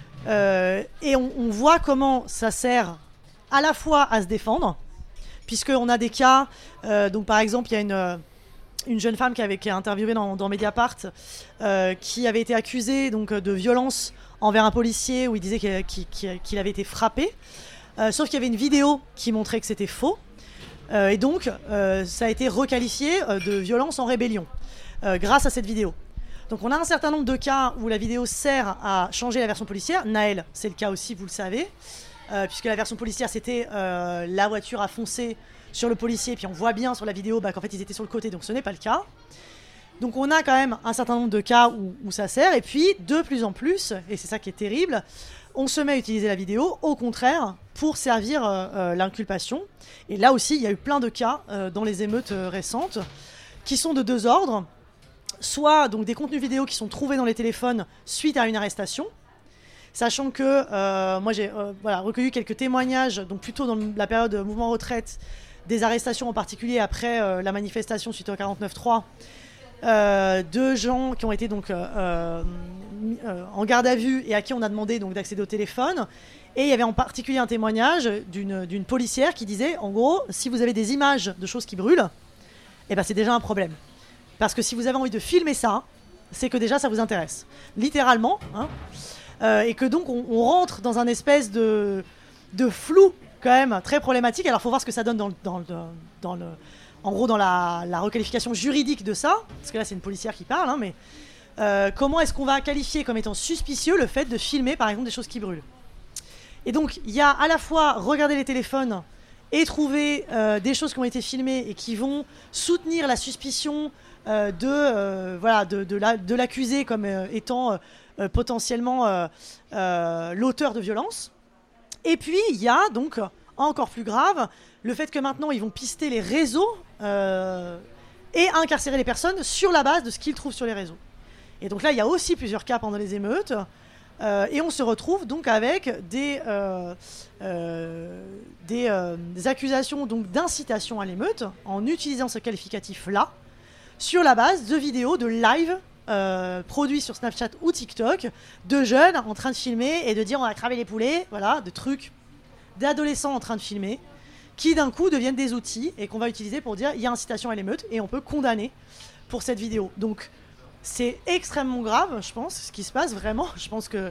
Et on voit comment ça sert à la fois à se défendre, puisqu'on a des cas, donc par exemple, il y a une jeune femme qui est interviewée dans Mediapart, qui avait été accusée donc, de violence envers un policier où il disait qu'il avait été frappé. Sauf qu'il y avait une vidéo qui montrait que c'était faux. Et donc, ça a été requalifié de violence en rébellion grâce à cette vidéo. Donc on a un certain nombre de cas où la vidéo sert à changer la version policière. Naël, c'est le cas aussi, vous le savez. Puisque la version policière, c'était la voiture a foncé sur le policier, puis on voit bien sur la vidéo qu'en fait ils étaient sur le côté, donc ce n'est pas le cas. Donc on a quand même un certain nombre de cas où ça sert, et puis de plus en plus, et c'est ça qui est terrible, on se met à utiliser la vidéo, au contraire, pour servir l'inculpation. Et là aussi, il y a eu plein de cas dans les émeutes récentes, qui sont de deux ordres, soit donc, des contenus vidéo qui sont trouvés dans les téléphones suite à une arrestation, sachant que moi j'ai recueilli quelques témoignages, donc plutôt dans la période de mouvement retraite, des arrestations en particulier après la manifestation suite au 49.3, de gens qui ont été donc en garde à vue et à qui on a demandé donc d'accéder au téléphone. Et il y avait en particulier un témoignage d'une policière qui disait, en gros, si vous avez des images de choses qui brûlent, c'est déjà un problème. Parce que si vous avez envie de filmer ça, c'est que déjà ça vous intéresse. Littéralement. Et que donc on rentre dans un espèce de flou quand même très problématique. Alors il faut voir ce que ça donne en gros dans la requalification juridique de ça, parce que là c'est une policière qui parle, mais comment est-ce qu'on va qualifier comme étant suspicieux le fait de filmer par exemple des choses qui brûlent. Et donc il y a à la fois regarder les téléphones et trouver des choses qui ont été filmées et qui vont soutenir la suspicion de l'accusé comme étant potentiellement l'auteur de violences. Et puis il y a donc encore plus grave le fait que maintenant ils vont pister les réseaux et incarcérer les personnes sur la base de ce qu'ils trouvent sur les réseaux. Et donc là il y a aussi plusieurs cas pendant les émeutes et on se retrouve donc avec des accusations donc d'incitation à l'émeute en utilisant ce qualificatif là sur la base de vidéos de live produits sur Snapchat ou TikTok de jeunes en train de filmer et de dire on va cramer les poulets, voilà, de trucs d'adolescents en train de filmer qui d'un coup deviennent des outils et qu'on va utiliser pour dire il y a incitation à l'émeute et on peut condamner pour cette vidéo. Donc c'est extrêmement grave, je pense, ce qui se passe vraiment. Je pense que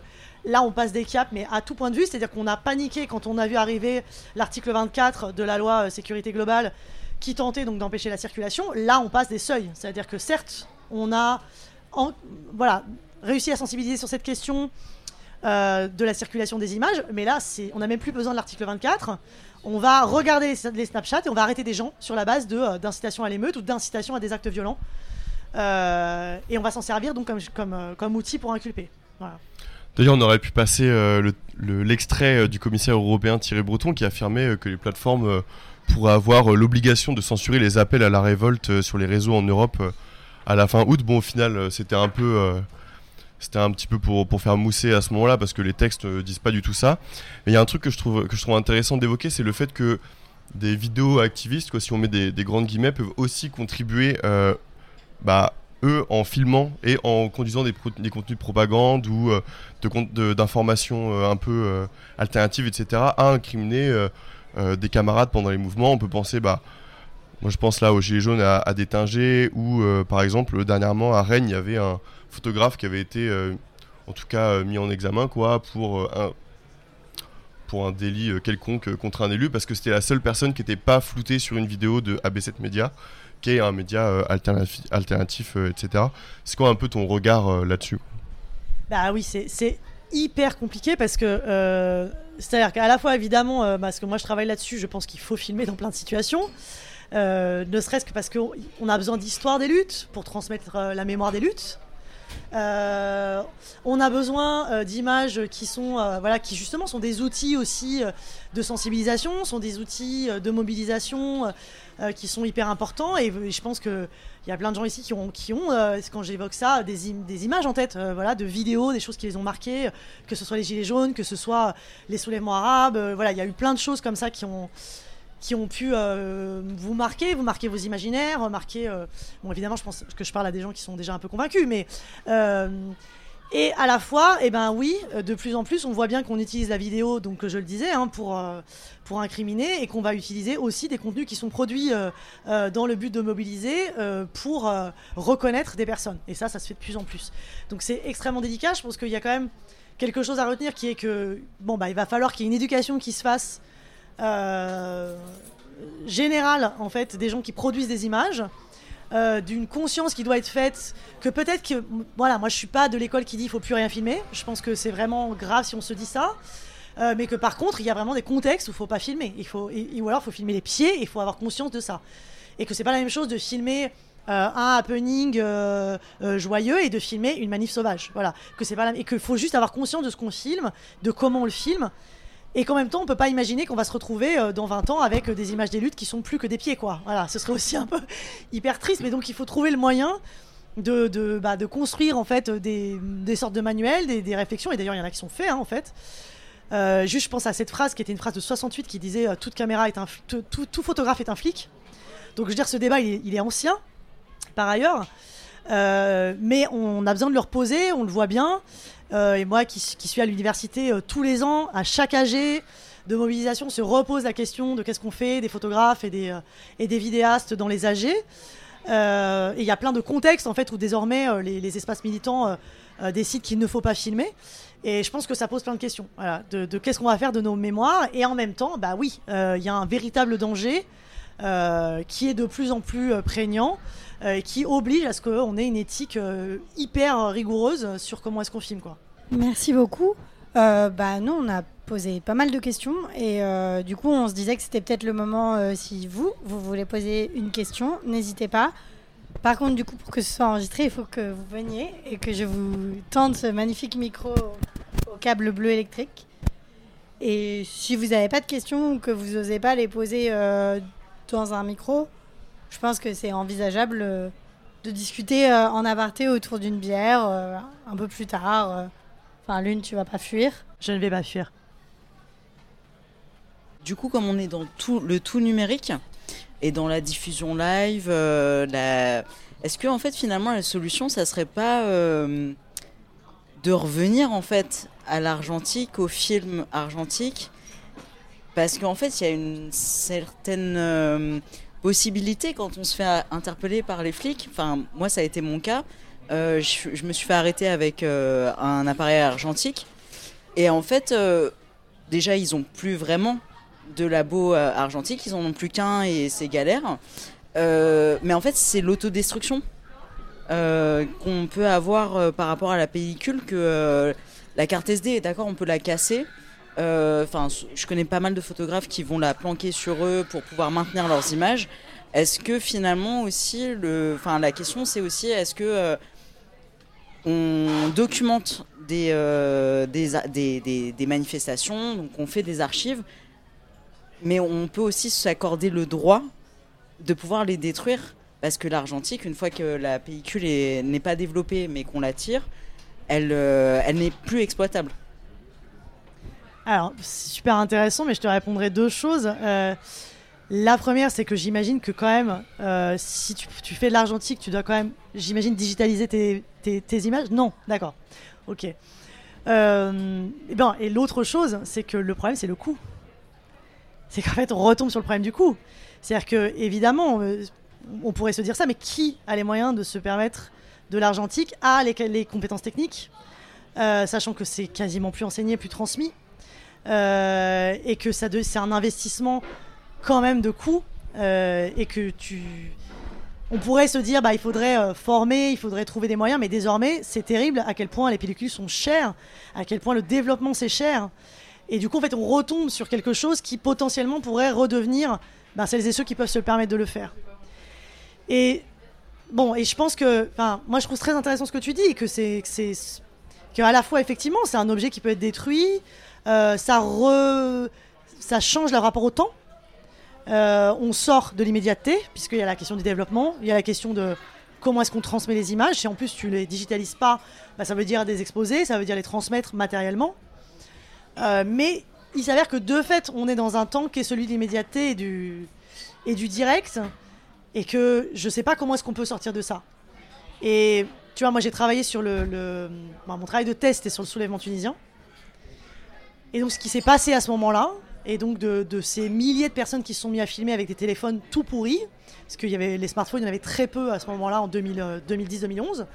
là on passe des caps, mais à tout point de vue, c'est-à-dire qu'on a paniqué quand on a vu arriver l'article 24 de la loi sécurité globale qui tentait donc d'empêcher la circulation. Là on passe des seuils, c'est-à-dire que certes on a réussi à sensibiliser sur cette question de la circulation des images, mais là on n'a même plus besoin de l'article 24. On va regarder les Snapchat et on va arrêter des gens sur la base d'incitation à l'émeute ou d'incitation à des actes violents. Et on va s'en servir donc comme outil pour inculper. Voilà. D'ailleurs, on aurait pu passer l'extrait du commissaire européen Thierry Breton qui affirmait que les plateformes pourraient avoir l'obligation de censurer les appels à la révolte sur les réseaux en Europe à la fin août. Bon, au final, c'était un petit peu pour faire mousser à ce moment-là parce que les textes ne disent pas du tout ça. Mais il y a un truc que je trouve intéressant d'évoquer, c'est le fait que des vidéos activistes, si on met des grandes guillemets, peuvent aussi contribuer, eux, en filmant et en conduisant des contenus de propagande ou d'informations un peu alternatives, etc., à incriminer des camarades pendant les mouvements. On peut penser, moi je pense là aux Gilets jaunes à Détinger ou par exemple dernièrement à Rennes, il y avait un photographe qui avait été en tout cas mis en examen pour un délit quelconque contre un élu parce que c'était la seule personne qui n'était pas floutée sur une vidéo de AB7 Media qui est un média alternatif, etc. C'est quoi un peu ton regard là-dessus ? Bah oui, c'est hyper compliqué parce que c'est-à-dire qu'à la fois évidemment parce que moi je travaille là-dessus, je pense qu'il faut filmer dans plein de situations. Ne serait-ce que parce qu'on a besoin d'histoire des luttes pour transmettre la mémoire des luttes. On a besoin d'images qui sont qui justement sont des outils aussi de sensibilisation, sont des outils de mobilisation qui sont hyper importants et je pense que il y a plein de gens ici qui ont quand j'évoque ça des images en tête de vidéos, des choses qui les ont marquées, que ce soit les Gilets jaunes, que ce soit les soulèvements arabes, il y a eu plein de choses comme ça qui ont pu vous marquer vos imaginaires, bon évidemment je pense que je parle à des gens qui sont déjà un peu convaincus, mais et à la fois, oui, de plus en plus on voit bien qu'on utilise la vidéo, donc je le disais, pour incriminer, et qu'on va utiliser aussi des contenus qui sont produits dans le but de mobiliser pour reconnaître des personnes, et ça se fait de plus en plus. Donc c'est extrêmement délicat, je pense qu'il y a quand même quelque chose à retenir qui est que il va falloir qu'il y ait une éducation qui se fasse générale en fait des gens qui produisent des images, d'une conscience qui doit être faite, que peut-être que moi je suis pas de l'école qui dit il faut plus rien filmer, je pense que c'est vraiment grave si on se dit ça, mais que par contre il y a vraiment des contextes où il faut pas filmer, ou alors il faut filmer les pieds et il faut avoir conscience de ça, et que c'est pas la même chose de filmer un happening joyeux et de filmer une manif sauvage, que c'est pas et qu'il faut juste avoir conscience de ce qu'on filme, de comment on le filme. Et qu'en même temps, on peut pas imaginer qu'on va se retrouver dans 20 ans avec des images des luttes qui sont plus que des pieds, quoi. Voilà, ce serait aussi un peu hyper triste, mais donc il faut trouver le moyen de construire en fait des sortes de manuels, des réflexions, et d'ailleurs il y en a qui sont faits en fait. Juste, je pense à cette phrase qui était une phrase de 68 qui disait toute caméra est tout photographe est un flic. Donc je veux dire, ce débat il est ancien par ailleurs, mais on a besoin de le reposer, on le voit bien. Et moi qui suis à l'université tous les ans, à chaque AG de mobilisation se repose la question de qu'est-ce qu'on fait des photographes et des vidéastes dans les AG. Et il y a plein de contextes en fait où désormais les espaces militants décident qu'il ne faut pas filmer. Et je pense que ça pose plein de questions, de qu'est-ce qu'on va faire de nos mémoires. Et en même temps, il y a un véritable danger qui est de plus en plus prégnant, qui oblige à ce qu'on ait une éthique hyper rigoureuse sur comment est-ce qu'on filme, quoi. Merci beaucoup. Nous, on a posé pas mal de questions et du coup, on se disait que c'était peut-être le moment, si vous voulez poser une question, n'hésitez pas. Par contre, du coup, pour que ce soit enregistré, il faut que vous veniez et que je vous tende ce magnifique micro au câble bleu électrique. Et si vous n'avez pas de questions ou que vous n'osez pas les poser dans un micro, je pense que c'est envisageable de discuter en aparté autour d'une bière un peu plus tard. Lune, tu vas pas fuir? Je ne vais pas fuir. Du coup, comme on est dans le tout numérique et dans la diffusion live, est-ce que en fait finalement la solution, ça serait pas de revenir en fait à l'argentique, au film argentique, parce qu'en fait il y a une certaine possibilité quand on se fait interpeller par les flics. Enfin, moi ça a été mon cas. Je me suis fait arrêter avec un appareil argentique Et en fait, déjà, ils n'ont plus vraiment de labo argentique, ils n'en ont plus qu'un et c'est galère. Mais en fait, c'est l'autodestruction qu'on peut avoir par rapport à la pellicule, que la carte SD, d'accord, on peut la casser. Je connais pas mal de photographes qui vont la planquer sur eux pour pouvoir maintenir leurs images. Est-ce que finalement aussi, la question c'est aussi, est-ce que on documente des manifestations, donc on fait des archives, mais on peut aussi s'accorder le droit de pouvoir les détruire, parce que l'argentique, une fois que la pellicule n'est pas développée mais qu'on la tire, elle n'est plus exploitable. Alors, c'est super intéressant, mais je te répondrai 2 choses. La première, c'est que j'imagine que quand même, si tu fais de l'argentique, tu dois quand même, j'imagine, digitaliser tes images. Non, d'accord. Ok. Et l'autre chose, c'est que le problème, c'est le coût. C'est qu'en fait, on retombe sur le problème du coût. C'est-à-dire que, évidemment, on pourrait se dire ça, mais qui a les moyens de se permettre de l'argentique, a les compétences techniques, sachant que c'est quasiment plus enseigné, plus transmis, et que c'est un investissement quand même de coût, et que on pourrait se dire il faudrait former, il faudrait trouver des moyens, mais désormais c'est terrible à quel point les pellicules sont chères, à quel point le développement c'est cher, et du coup en fait on retombe sur quelque chose qui potentiellement pourrait redevenir celles et ceux qui peuvent se le permettre de le faire. Et je pense que, moi je trouve très intéressant ce que tu dis, que qu'à la fois effectivement c'est un objet qui peut être détruit, ça change le rapport au temps. On sort de l'immédiateté, puisqu'il y a la question du développement, il y a la question de comment est-ce qu'on transmet les images. Si en plus tu les digitalises pas, ça veut dire les exposer, ça veut dire les transmettre matériellement. Mais il s'avère que de fait, on est dans un temps qui est celui de l'immédiateté et du direct, et que je sais pas comment est-ce qu'on peut sortir de ça. Et tu vois, moi j'ai travaillé sur mon travail de test est sur le soulèvement tunisien. Et donc ce qui s'est passé à ce moment-là, et donc de ces milliers de personnes qui se sont mis à filmer avec des téléphones tout pourris, parce qu'il y avait les smartphones, il y en avait très peu à ce moment-là, en 2010-2011.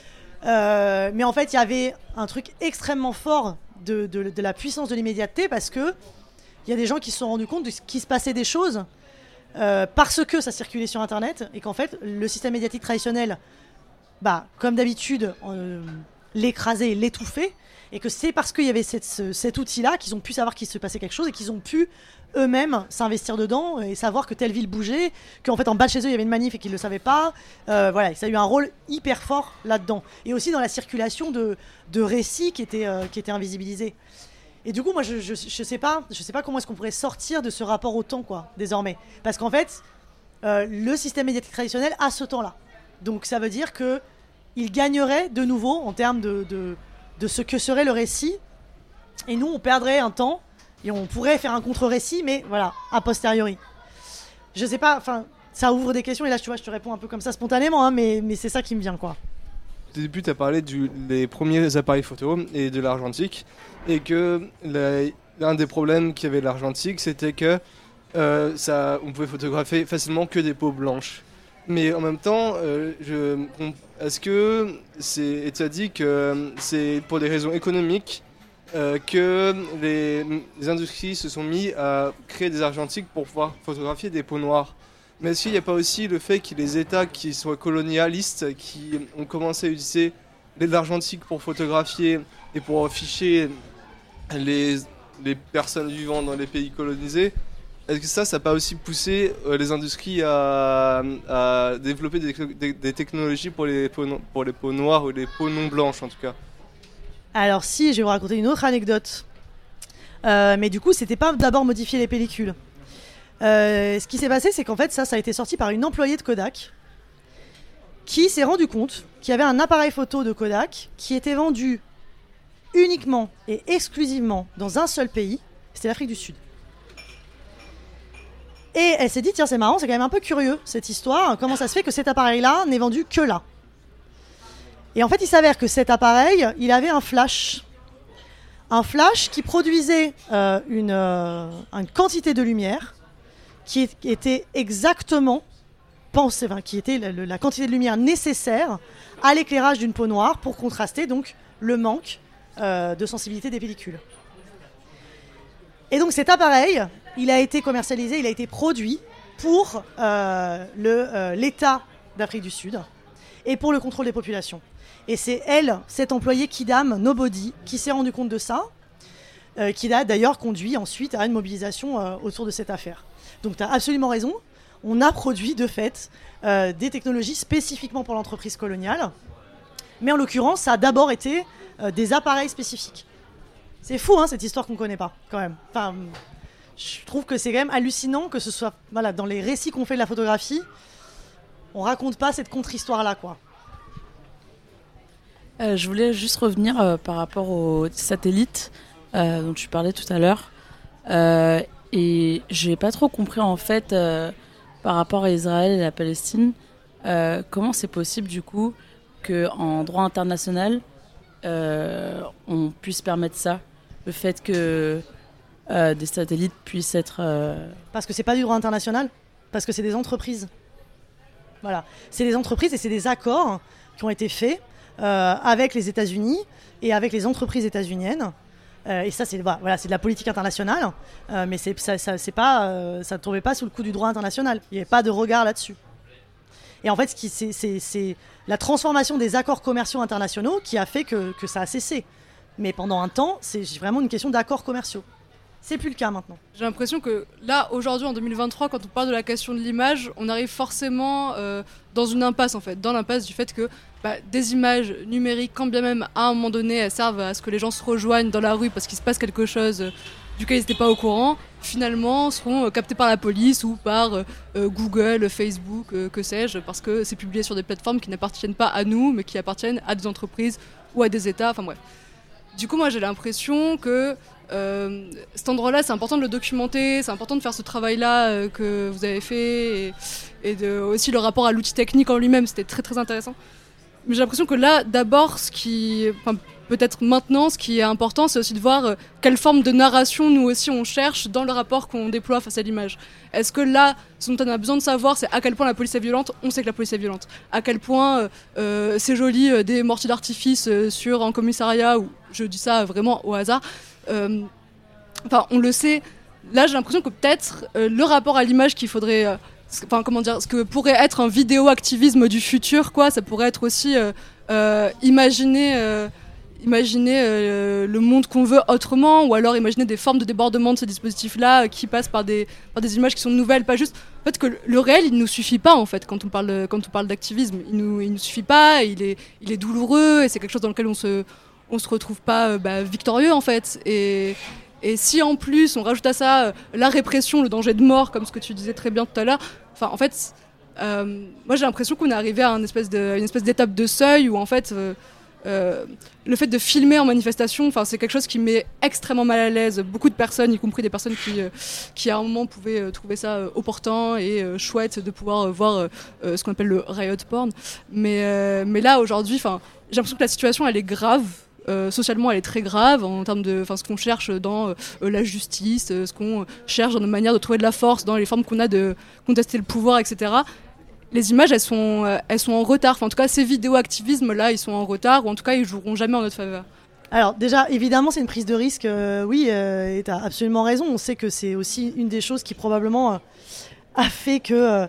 Mais en fait, il y avait un truc extrêmement fort de la puissance de l'immédiateté, parce que il y a des gens qui se sont rendus compte de ce qui se passait des choses, parce que ça circulait sur Internet, et qu'en fait, le système médiatique traditionnel, comme d'habitude, l'écrasait, l'étouffait, et que c'est parce qu'il y avait cet outil-là qu'ils ont pu savoir qu'il se passait quelque chose, et qu'ils ont pu eux-mêmes s'investir dedans et savoir que telle ville bougeait, qu'en fait en bas de chez eux il y avait une manif et qu'ils ne le savaient pas. Voilà, ça a eu un rôle hyper fort là-dedans, et aussi dans la circulation de récits qui étaient invisibilisés. Et du coup, moi je sais pas comment est-ce qu'on pourrait sortir de ce rapport au temps, désormais, parce qu'en fait le système médiatique traditionnel a ce temps-là, donc ça veut dire que il gagnerait de nouveau en termes de ce que serait le récit, et nous on perdrait un temps et on pourrait faire un contre-récit, mais voilà, a posteriori. Je sais pas, ça ouvre des questions, et là tu vois, je te réponds un peu comme ça spontanément, mais c'est ça qui me vient, Au début tu as parlé des premiers appareils photo et de l'argentique, et que l'un des problèmes qu'il y avait de l'argentique, c'était que on pouvait photographier facilement que des peaux blanches. Mais en même temps, est-ce que tu as dit que c'est pour des raisons économiques que les industries se sont mis à créer des argentiques pour pouvoir photographier des peaux noires? Mais est-ce qu'il n'y a pas aussi le fait que les États qui sont colonialistes, qui ont commencé à utiliser l'argentique pour photographier et pour ficher les personnes vivant dans les pays colonisés, est-ce que ça n'a pas aussi poussé les industries à développer des technologies pour les peaux noires, ou les peaux non blanches en tout cas? Alors si, je vais vous raconter une autre anecdote. Mais du coup, c'était pas d'abord modifier les pellicules. Ce qui s'est passé, c'est qu'en fait, ça a été sorti par une employée de Kodak, qui s'est rendu compte qu'il y avait un appareil photo de Kodak qui était vendu uniquement et exclusivement dans un seul pays, c'était l'Afrique du Sud. Et elle s'est dit, tiens, c'est marrant, c'est quand même un peu curieux cette histoire, comment ça se fait que cet appareil-là n'est vendu que là? Et en fait, il s'avère que cet appareil, il avait un flash qui produisait une quantité de lumière qui était exactement pensée, qui était la quantité de lumière nécessaire à l'éclairage d'une peau noire pour contraster donc le manque de sensibilité des pellicules. Et donc cet appareil, il a été commercialisé, il a été produit pour l'État d'Afrique du Sud et pour le contrôle des populations. Et c'est cet employé Kidam Nobody, qui s'est rendu compte de ça, qui a d'ailleurs conduit ensuite à une mobilisation autour de cette affaire. Donc tu as absolument raison, on a produit de fait des technologies spécifiquement pour l'entreprise coloniale, mais en l'occurrence ça a d'abord été des appareils spécifiques. C'est fou cette histoire qu'on ne connaît pas quand même. Enfin, je trouve que c'est quand même hallucinant que ce soit dans les récits qu'on fait de la photographie, on raconte pas cette contre-histoire-là, quoi. Je voulais juste revenir par rapport aux satellites dont tu parlais tout à l'heure. Et j'ai pas trop compris en fait par rapport à Israël et la Palestine, comment c'est possible du coup qu'en droit international on puisse permettre ça, le fait que des satellites puissent être... Parce que c'est pas du droit international, parce que c'est des entreprises. Voilà, c'est des entreprises et c'est des accords qui ont été faits avec les États-Unis et avec les entreprises états-uniennes. Et ça, c'est de la politique internationale, mais ça ne tombait pas sous le coup du droit international. Il n'y avait pas de regard là-dessus. Et en fait, c'est la transformation des accords commerciaux internationaux qui a fait que ça a cessé. Mais pendant un temps, c'est vraiment une question d'accords commerciaux. C'est plus le cas maintenant. J'ai l'impression que là, aujourd'hui, en 2023, quand on parle de la question de l'image, on arrive forcément dans une impasse, en fait. Dans l'impasse du fait que des images numériques, quand bien même à un moment donné, elles servent à ce que les gens se rejoignent dans la rue parce qu'il se passe quelque chose duquel ils n'étaient pas au courant, finalement seront captés par la police ou par Google, Facebook, que sais-je, parce que c'est publié sur des plateformes qui n'appartiennent pas à nous, mais qui appartiennent à des entreprises ou à des États, enfin bref. Du coup, moi, j'ai l'impression que cet endroit-là, c'est important de le documenter, c'est important de faire ce travail-là que vous avez fait, et aussi le rapport à l'outil technique en lui-même, c'était très très intéressant. Mais j'ai l'impression que là, d'abord, peut-être maintenant, ce qui est important, c'est aussi de voir quelle forme de narration nous aussi on cherche dans le rapport qu'on déploie face à l'image. Est-ce que là, ce dont on a besoin de savoir, c'est à quel point la police est violente, on sait que la police est violente. À quel point c'est joli des mortiers d'artifice sur un commissariat, ou je dis ça vraiment au hasard, on le sait. Là, j'ai l'impression que peut-être le rapport à l'image qu'il faudrait... ce que pourrait être un vidéo-activisme du futur, quoi, ça pourrait être aussi imaginer le monde qu'on veut autrement, ou alors imaginer des formes de débordement de ces dispositifs-là qui passent par des images qui sont nouvelles, pas juste... En fait, que le réel, il ne nous suffit pas, en fait, quand on parle d'activisme. Il nous suffit pas, il est douloureux, et c'est quelque chose dans lequel on se retrouve pas victorieux, en fait. Et si en plus on rajoute à ça la répression, le danger de mort, comme ce que tu disais très bien tout à l'heure, en fait, moi j'ai l'impression qu'on est arrivé à une espèce d'étape de seuil où en fait le fait de filmer en manifestation, c'est quelque chose qui met extrêmement mal à l'aise beaucoup de personnes, y compris des personnes qui à un moment pouvaient trouver ça opportun et chouette de pouvoir voir ce qu'on appelle le riot porn. Mais là aujourd'hui, j'ai l'impression que la situation elle est grave. Socialement, elle est très grave en termes de ce qu'on cherche dans la justice, ce qu'on cherche dans nos manières de trouver de la force, dans les formes qu'on a de contester le pouvoir, etc. Les images, elles sont en retard. En tout cas, ces vidéo-activismes-là, ils sont en retard, ou en tout cas, ils joueront jamais en notre faveur. Alors déjà, évidemment, c'est une prise de risque, oui, et tu as absolument raison. On sait que c'est aussi une des choses qui probablement a fait que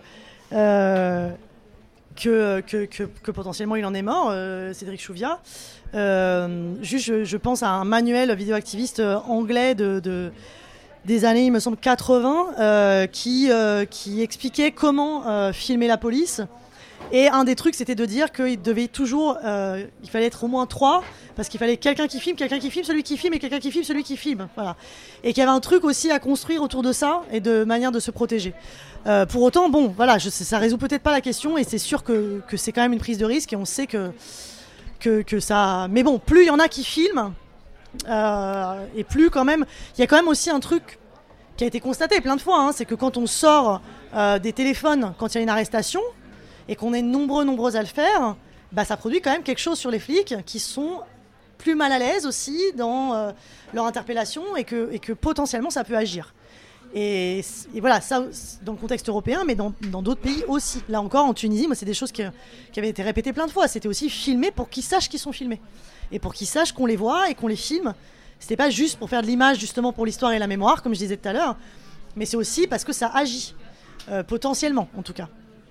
potentiellement il en est mort, Cédric Chouviat. Je pense à un manuel vidéoactiviste anglais des années, il me semble, 80, qui expliquait comment filmer la police. Et un des trucs, c'était de dire qu'il devait toujours, il fallait être au moins 3, parce qu'il fallait quelqu'un qui filme, celui qui filme, et quelqu'un qui filme, celui qui filme. Voilà. Et qu'il y avait un truc aussi à construire autour de ça, et de manière de se protéger. Pour autant, ça résout peut-être pas la question, et c'est sûr que c'est quand même une prise de risque, et on sait que ça... Mais bon, plus il y en a qui filment, et plus quand même... Il y a quand même aussi un truc qui a été constaté plein de fois, c'est que quand on sort des téléphones, quand il y a une arrestation, et qu'on est nombreux à le faire, ça produit quand même quelque chose sur les flics qui sont plus mal à l'aise aussi dans leur interpellation, et que potentiellement ça peut agir. Et voilà, ça dans le contexte européen, mais dans d'autres pays aussi. Là encore, en Tunisie, moi, c'est des choses qui avaient été répétées plein de fois. C'était aussi filmé pour qu'ils sachent qu'ils sont filmés. Et pour qu'ils sachent qu'on les voit et qu'on les filme. C'était pas juste pour faire de l'image, justement, pour l'histoire et la mémoire, comme je disais tout à l'heure. Mais c'est aussi parce que ça agit. Potentiellement, en tout cas.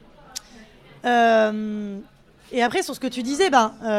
Et après, sur ce que tu disais,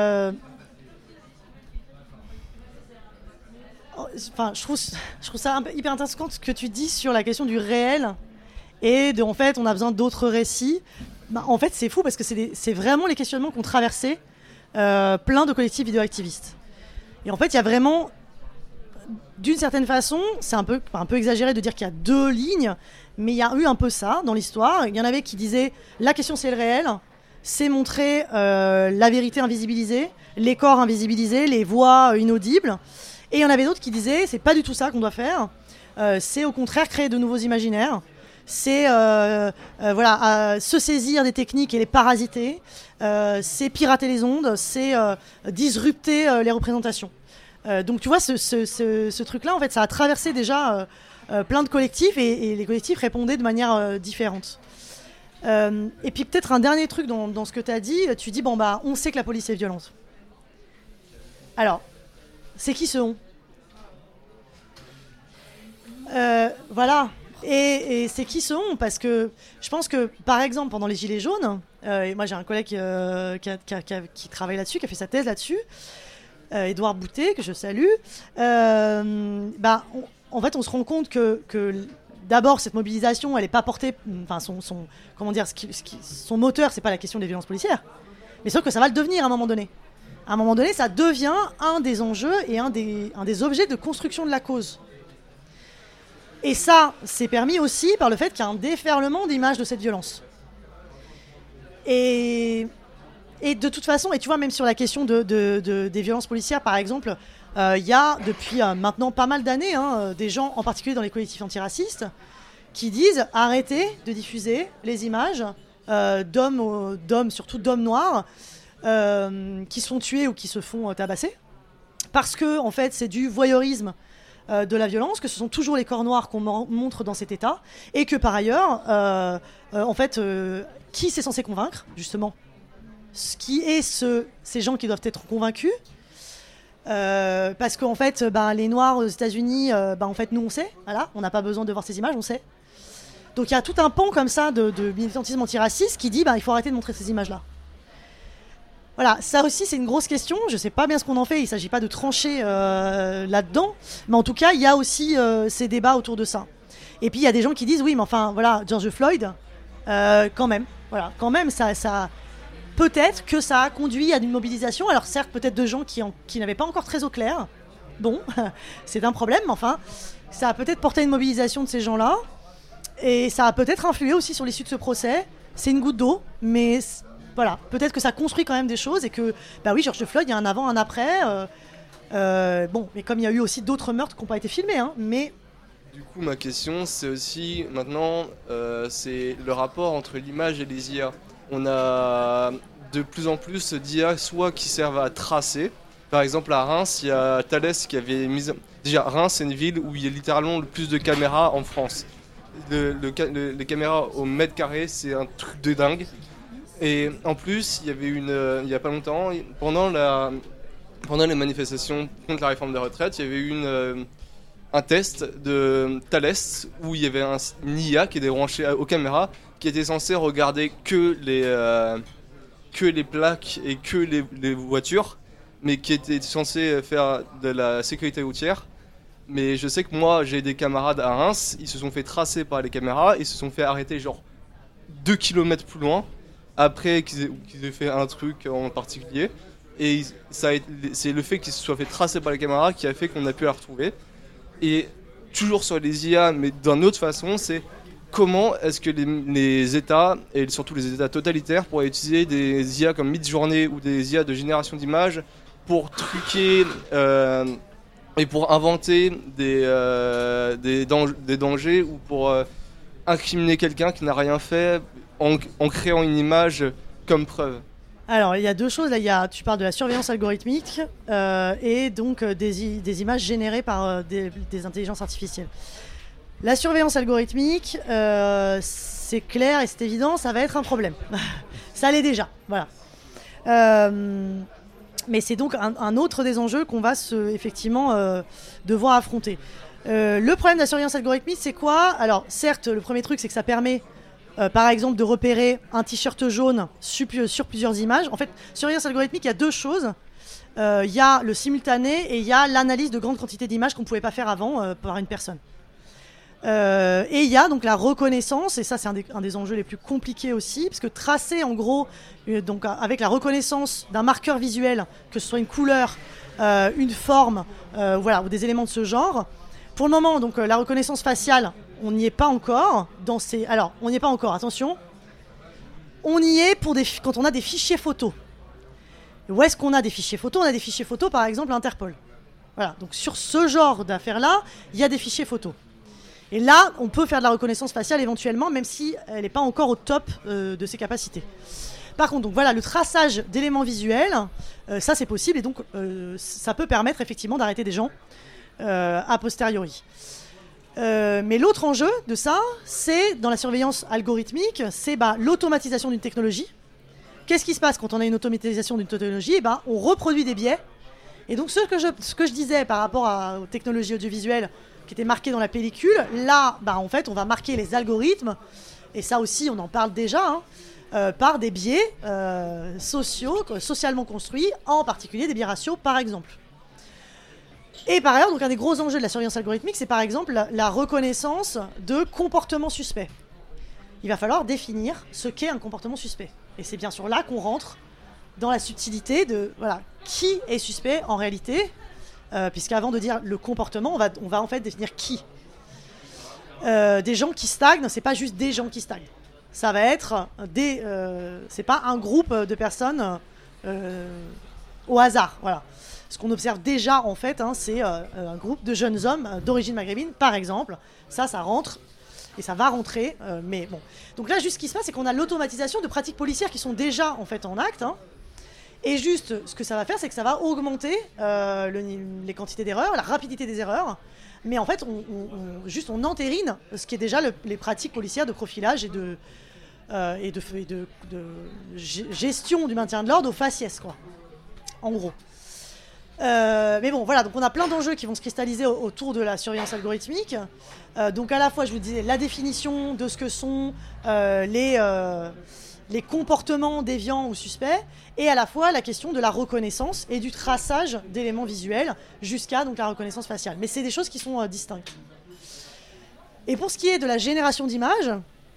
je trouve ça hyper intéressant ce que tu dis sur la question du réel et en fait, on a besoin d'autres récits. En fait, c'est fou parce que c'est vraiment les questionnements qu'ont traversé plein de collectifs vidéoactivistes. Et en fait, il y a vraiment, d'une certaine façon, c'est un peu exagéré de dire qu'il y a deux lignes, mais il y a eu un peu ça dans l'histoire. Il y en avait qui disaient la question c'est le réel, c'est montrer la vérité invisibilisée, les corps invisibilisés, les voix inaudibles. Et il y en avait d'autres qui disaient c'est pas du tout ça qu'on doit faire, c'est au contraire créer de nouveaux imaginaires, c'est se saisir des techniques et les parasiter, c'est pirater les ondes, c'est disrupter les représentations. Donc tu vois, ce truc-là, en fait, ça a traversé déjà plein de collectifs et les collectifs répondaient de manière différente. Et puis peut-être un dernier truc dans ce que tu as dit, tu dis on sait que la police est violente. Alors, c'est qui ce on ? Voilà. Et c'est qui ce on ? Parce que je pense que, par exemple, pendant les Gilets jaunes, et moi j'ai un collègue qui travaille là-dessus, qui a fait sa thèse là-dessus, Édouard Boutet, que je salue, en fait on se rend compte que d'abord cette mobilisation, elle n'est pas portée, son moteur, c'est pas la question des violences policières, mais sauf que ça va le devenir à un moment donné. À un moment donné, ça devient un des enjeux et un des objets de construction de la cause. Et ça, c'est permis aussi par le fait qu'il y a un déferlement d'images de cette violence. Et de toute façon, et tu vois, même sur la question des violences policières, par exemple, il y a depuis maintenant pas mal d'années des gens, en particulier dans les collectifs antiracistes, qui disent arrêtez de diffuser les images d'hommes, surtout d'hommes noirs, qui sont tués ou qui se font tabasser, parce que en fait c'est du voyeurisme de la violence, que ce sont toujours les corps noirs qu'on montre dans cet état, et que par ailleurs qui c'est censé convaincre justement, ce qui est ces gens qui doivent être convaincus, parce qu'en fait les noirs aux États-Unis, en fait nous on sait, voilà, on n'a pas besoin de voir ces images, on sait. Donc il y a tout un pan comme ça de militantisme antiraciste qui dit il faut arrêter de montrer ces images là. Voilà, ça aussi c'est une grosse question, je sais pas bien ce qu'on en fait, il ne s'agit pas de trancher là-dedans, mais en tout cas il y a aussi ces débats autour de ça. Et puis il y a des gens qui disent oui mais enfin voilà, George Floyd, quand même, ça peut-être que ça a conduit à une mobilisation, alors certes peut-être de gens qui n'avaient pas encore très au clair, bon, c'est un problème, mais enfin, ça a peut-être porté une mobilisation de ces gens-là, et ça a peut-être influé aussi sur l'issue de ce procès, c'est une goutte d'eau, mais... Voilà, peut-être que ça construit quand même des choses et que, oui, George Floyd, il y a un avant, un après. Mais comme il y a eu aussi d'autres meurtres qui n'ont pas été filmés, mais... Du coup, ma question, c'est aussi, maintenant, c'est le rapport entre l'image et les IA. On a de plus en plus d'IA, soit qui servent à tracer. Par exemple, à Reims, il y a Thales qui avait mis... Déjà, Reims, c'est une ville où il y a littéralement le plus de caméras en France. Les caméras au mètre carré, c'est un truc de dingue. Et en plus, il y avait il n'y a pas longtemps, pendant les manifestations contre la réforme des retraites, il y avait eu un test de Thales où il y avait une IA qui était branchée aux caméras, qui était censée regarder que les plaques et que les voitures, mais qui était censée faire de la sécurité routière. Mais je sais que moi, j'ai des camarades à Reims, ils se sont fait tracer par les caméras, ils se sont fait arrêter genre 2 km plus loin. Après qu'ils aient fait un truc en particulier, et c'est le fait qu'ils se soient fait tracer par les caméras qui a fait qu'on a pu la retrouver. Et toujours sur les IA, mais d'une autre façon, c'est comment est-ce que les États, et surtout les États totalitaires, pourraient utiliser des IA comme Midjourney ou des IA de génération d'images pour truquer et pour inventer des dangers ou pour incriminer quelqu'un qui n'a rien fait en créant une image comme preuve. Alors, il y a deux choses. Là, tu parles de la surveillance algorithmique et donc des images générées par des intelligences artificielles. La surveillance algorithmique, c'est clair et c'est évident, ça va être un problème. Ça l'est déjà, voilà. Mais c'est donc un autre des enjeux qu'on va effectivement devoir affronter. Le problème de la surveillance algorithmique, c'est quoi ? Alors, certes, le premier truc, c'est que ça permet, par exemple, de repérer un t-shirt jaune sur plusieurs images. En fait, surveillance algorithmique, il y a deux choses. Il y a le simultané et il y a l'analyse de grandes quantités d'images qu'on ne pouvait pas faire avant par une personne. Et il y a donc la reconnaissance, et ça c'est un des enjeux les plus compliqués aussi, parce que tracer en gros, donc avec la reconnaissance d'un marqueur visuel, que ce soit une couleur, une forme, voilà, ou des éléments de ce genre. Pour le moment, donc la reconnaissance faciale, on n'y est pas encore. Alors, on n'y est pas encore. Attention, on y est quand on a des fichiers photos. Où est-ce qu'on a des fichiers photos ? On a des fichiers photos, par exemple, Interpol. Voilà. Donc sur ce genre d'affaires-là, il y a des fichiers photos. Et là, on peut faire de la reconnaissance faciale éventuellement, même si elle n'est pas encore au top de ses capacités. Par contre, donc voilà, le traçage d'éléments visuels, ça c'est possible, et donc ça peut permettre effectivement d'arrêter des gens a posteriori. Mais l'autre enjeu de ça, c'est dans la surveillance algorithmique, c'est l'automatisation d'une technologie. Qu'est-ce qui se passe quand on a une automatisation d'une technologie ? On reproduit des biais. Et donc ce que je disais par rapport aux technologies audiovisuelles qui étaient marquées dans la pellicule, là, en fait, on va marquer les algorithmes, et ça aussi, on en parle déjà, par des biais socialement construits, en particulier des biais raciaux, par exemple. Et par ailleurs, donc un des gros enjeux de la surveillance algorithmique, c'est par exemple la reconnaissance de comportements suspects. Il va falloir définir ce qu'est un comportement suspect. Et c'est bien sûr là qu'on rentre dans la subtilité de qui est suspect en réalité, puisqu'avant de dire le comportement, on va en fait définir qui. Des gens qui stagnent, c'est pas juste des gens qui stagnent. Ça va être c'est pas un groupe de personnes au hasard, voilà. Ce qu'on observe déjà, en fait, c'est un groupe de jeunes hommes d'origine maghrébine, par exemple. Ça rentre, et ça va rentrer, mais bon. Donc là, juste ce qui se passe, c'est qu'on a l'automatisation de pratiques policières qui sont déjà, en fait, en acte. Et juste, ce que ça va faire, c'est que ça va augmenter les quantités d'erreurs, la rapidité des erreurs. Mais en fait, on entérine ce qui est déjà les pratiques policières de profilage et de gestion du maintien de l'ordre au faciès, quoi. En gros. Mais bon, voilà, donc on a plein d'enjeux qui vont se cristalliser autour de la surveillance algorithmique. Donc à la fois, je vous disais, la définition de ce que sont les comportements déviants ou suspects, et à la fois la question de la reconnaissance et du traçage d'éléments visuels jusqu'à donc la reconnaissance faciale. Mais c'est des choses qui sont distinctes. Et pour ce qui est de la génération d'images,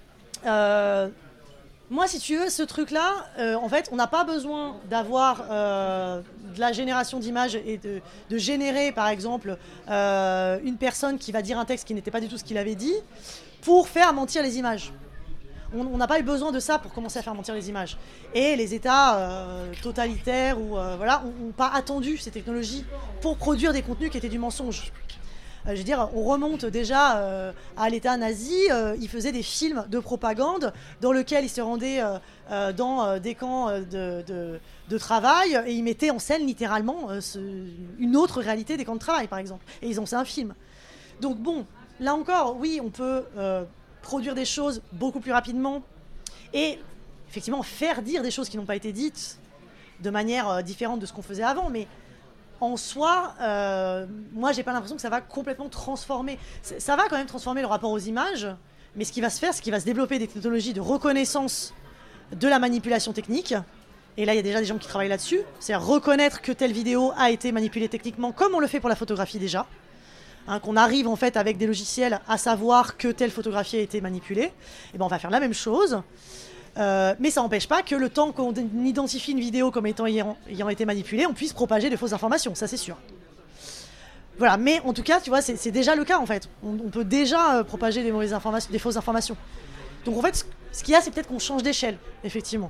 moi, si tu veux, ce truc-là, en fait, on n'a pas besoin d'avoir de la génération d'images et de générer, par exemple, une personne qui va dire un texte qui n'était pas du tout ce qu'il avait dit pour faire mentir les images. On n'a pas eu besoin de ça pour commencer à faire mentir les images. Et les États totalitaires n'ont pas attendu ces technologies pour produire des contenus qui étaient du mensonge. Je veux dire, on remonte déjà à l'État nazi, il faisait des films de propagande dans lesquels il se rendait dans des camps de travail et il mettait en scène littéralement une autre réalité des camps de travail, par exemple. Et ils ont fait un film. Donc bon, là encore, oui, on peut produire des choses beaucoup plus rapidement et effectivement faire dire des choses qui n'ont pas été dites de manière différente de ce qu'on faisait avant, mais en soi, moi j'ai pas l'impression que ça va complètement transformer. Ça va quand même transformer le rapport aux images, mais ce qui va se faire, c'est qu'il va se développer des technologies de reconnaissance de la manipulation technique. Et là, il y a déjà des gens qui travaillent là-dessus. C'est-à-dire reconnaître que telle vidéo a été manipulée techniquement, comme on le fait pour la photographie déjà. Qu'on arrive en fait avec des logiciels à savoir que telle photographie a été manipulée. Et ben on va faire la même chose. Mais ça n'empêche pas que le temps qu'on identifie une vidéo comme ayant été manipulée, on puisse propager de fausses informations, ça c'est sûr. Voilà, mais en tout cas, tu vois, c'est déjà le cas en fait. On peut déjà propager des fausses informations. Donc en fait, ce qu'il y a, c'est peut-être qu'on change d'échelle, effectivement.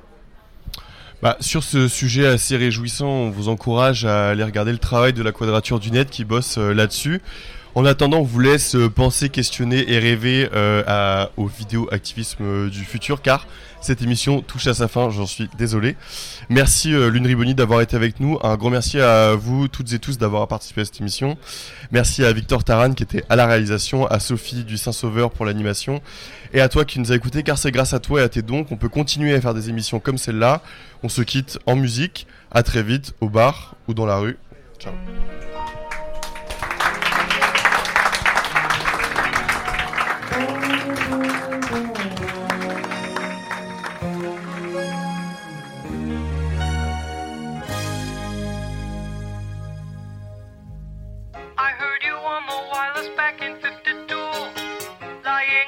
Sur ce sujet assez réjouissant, on vous encourage à aller regarder le travail de la Quadrature du Net qui bosse là-dessus. En attendant, on vous laisse penser, questionner et rêver au vidéo-activisme du futur, car cette émission touche à sa fin, j'en suis désolé. Merci Lune Riboni d'avoir été avec nous. Un grand merci à vous toutes et tous d'avoir participé à cette émission. Merci à Victor Taran qui était à la réalisation, à Sophie du Saint-Sauveur pour l'animation, et à toi qui nous as écoutés, car c'est grâce à toi et à tes dons qu'on peut continuer à faire des émissions comme celle-là. On se quitte en musique. À très vite au bar ou dans la rue. Ciao.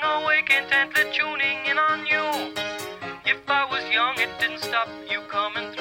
Tuning in on you. If I was young, it didn't stop you coming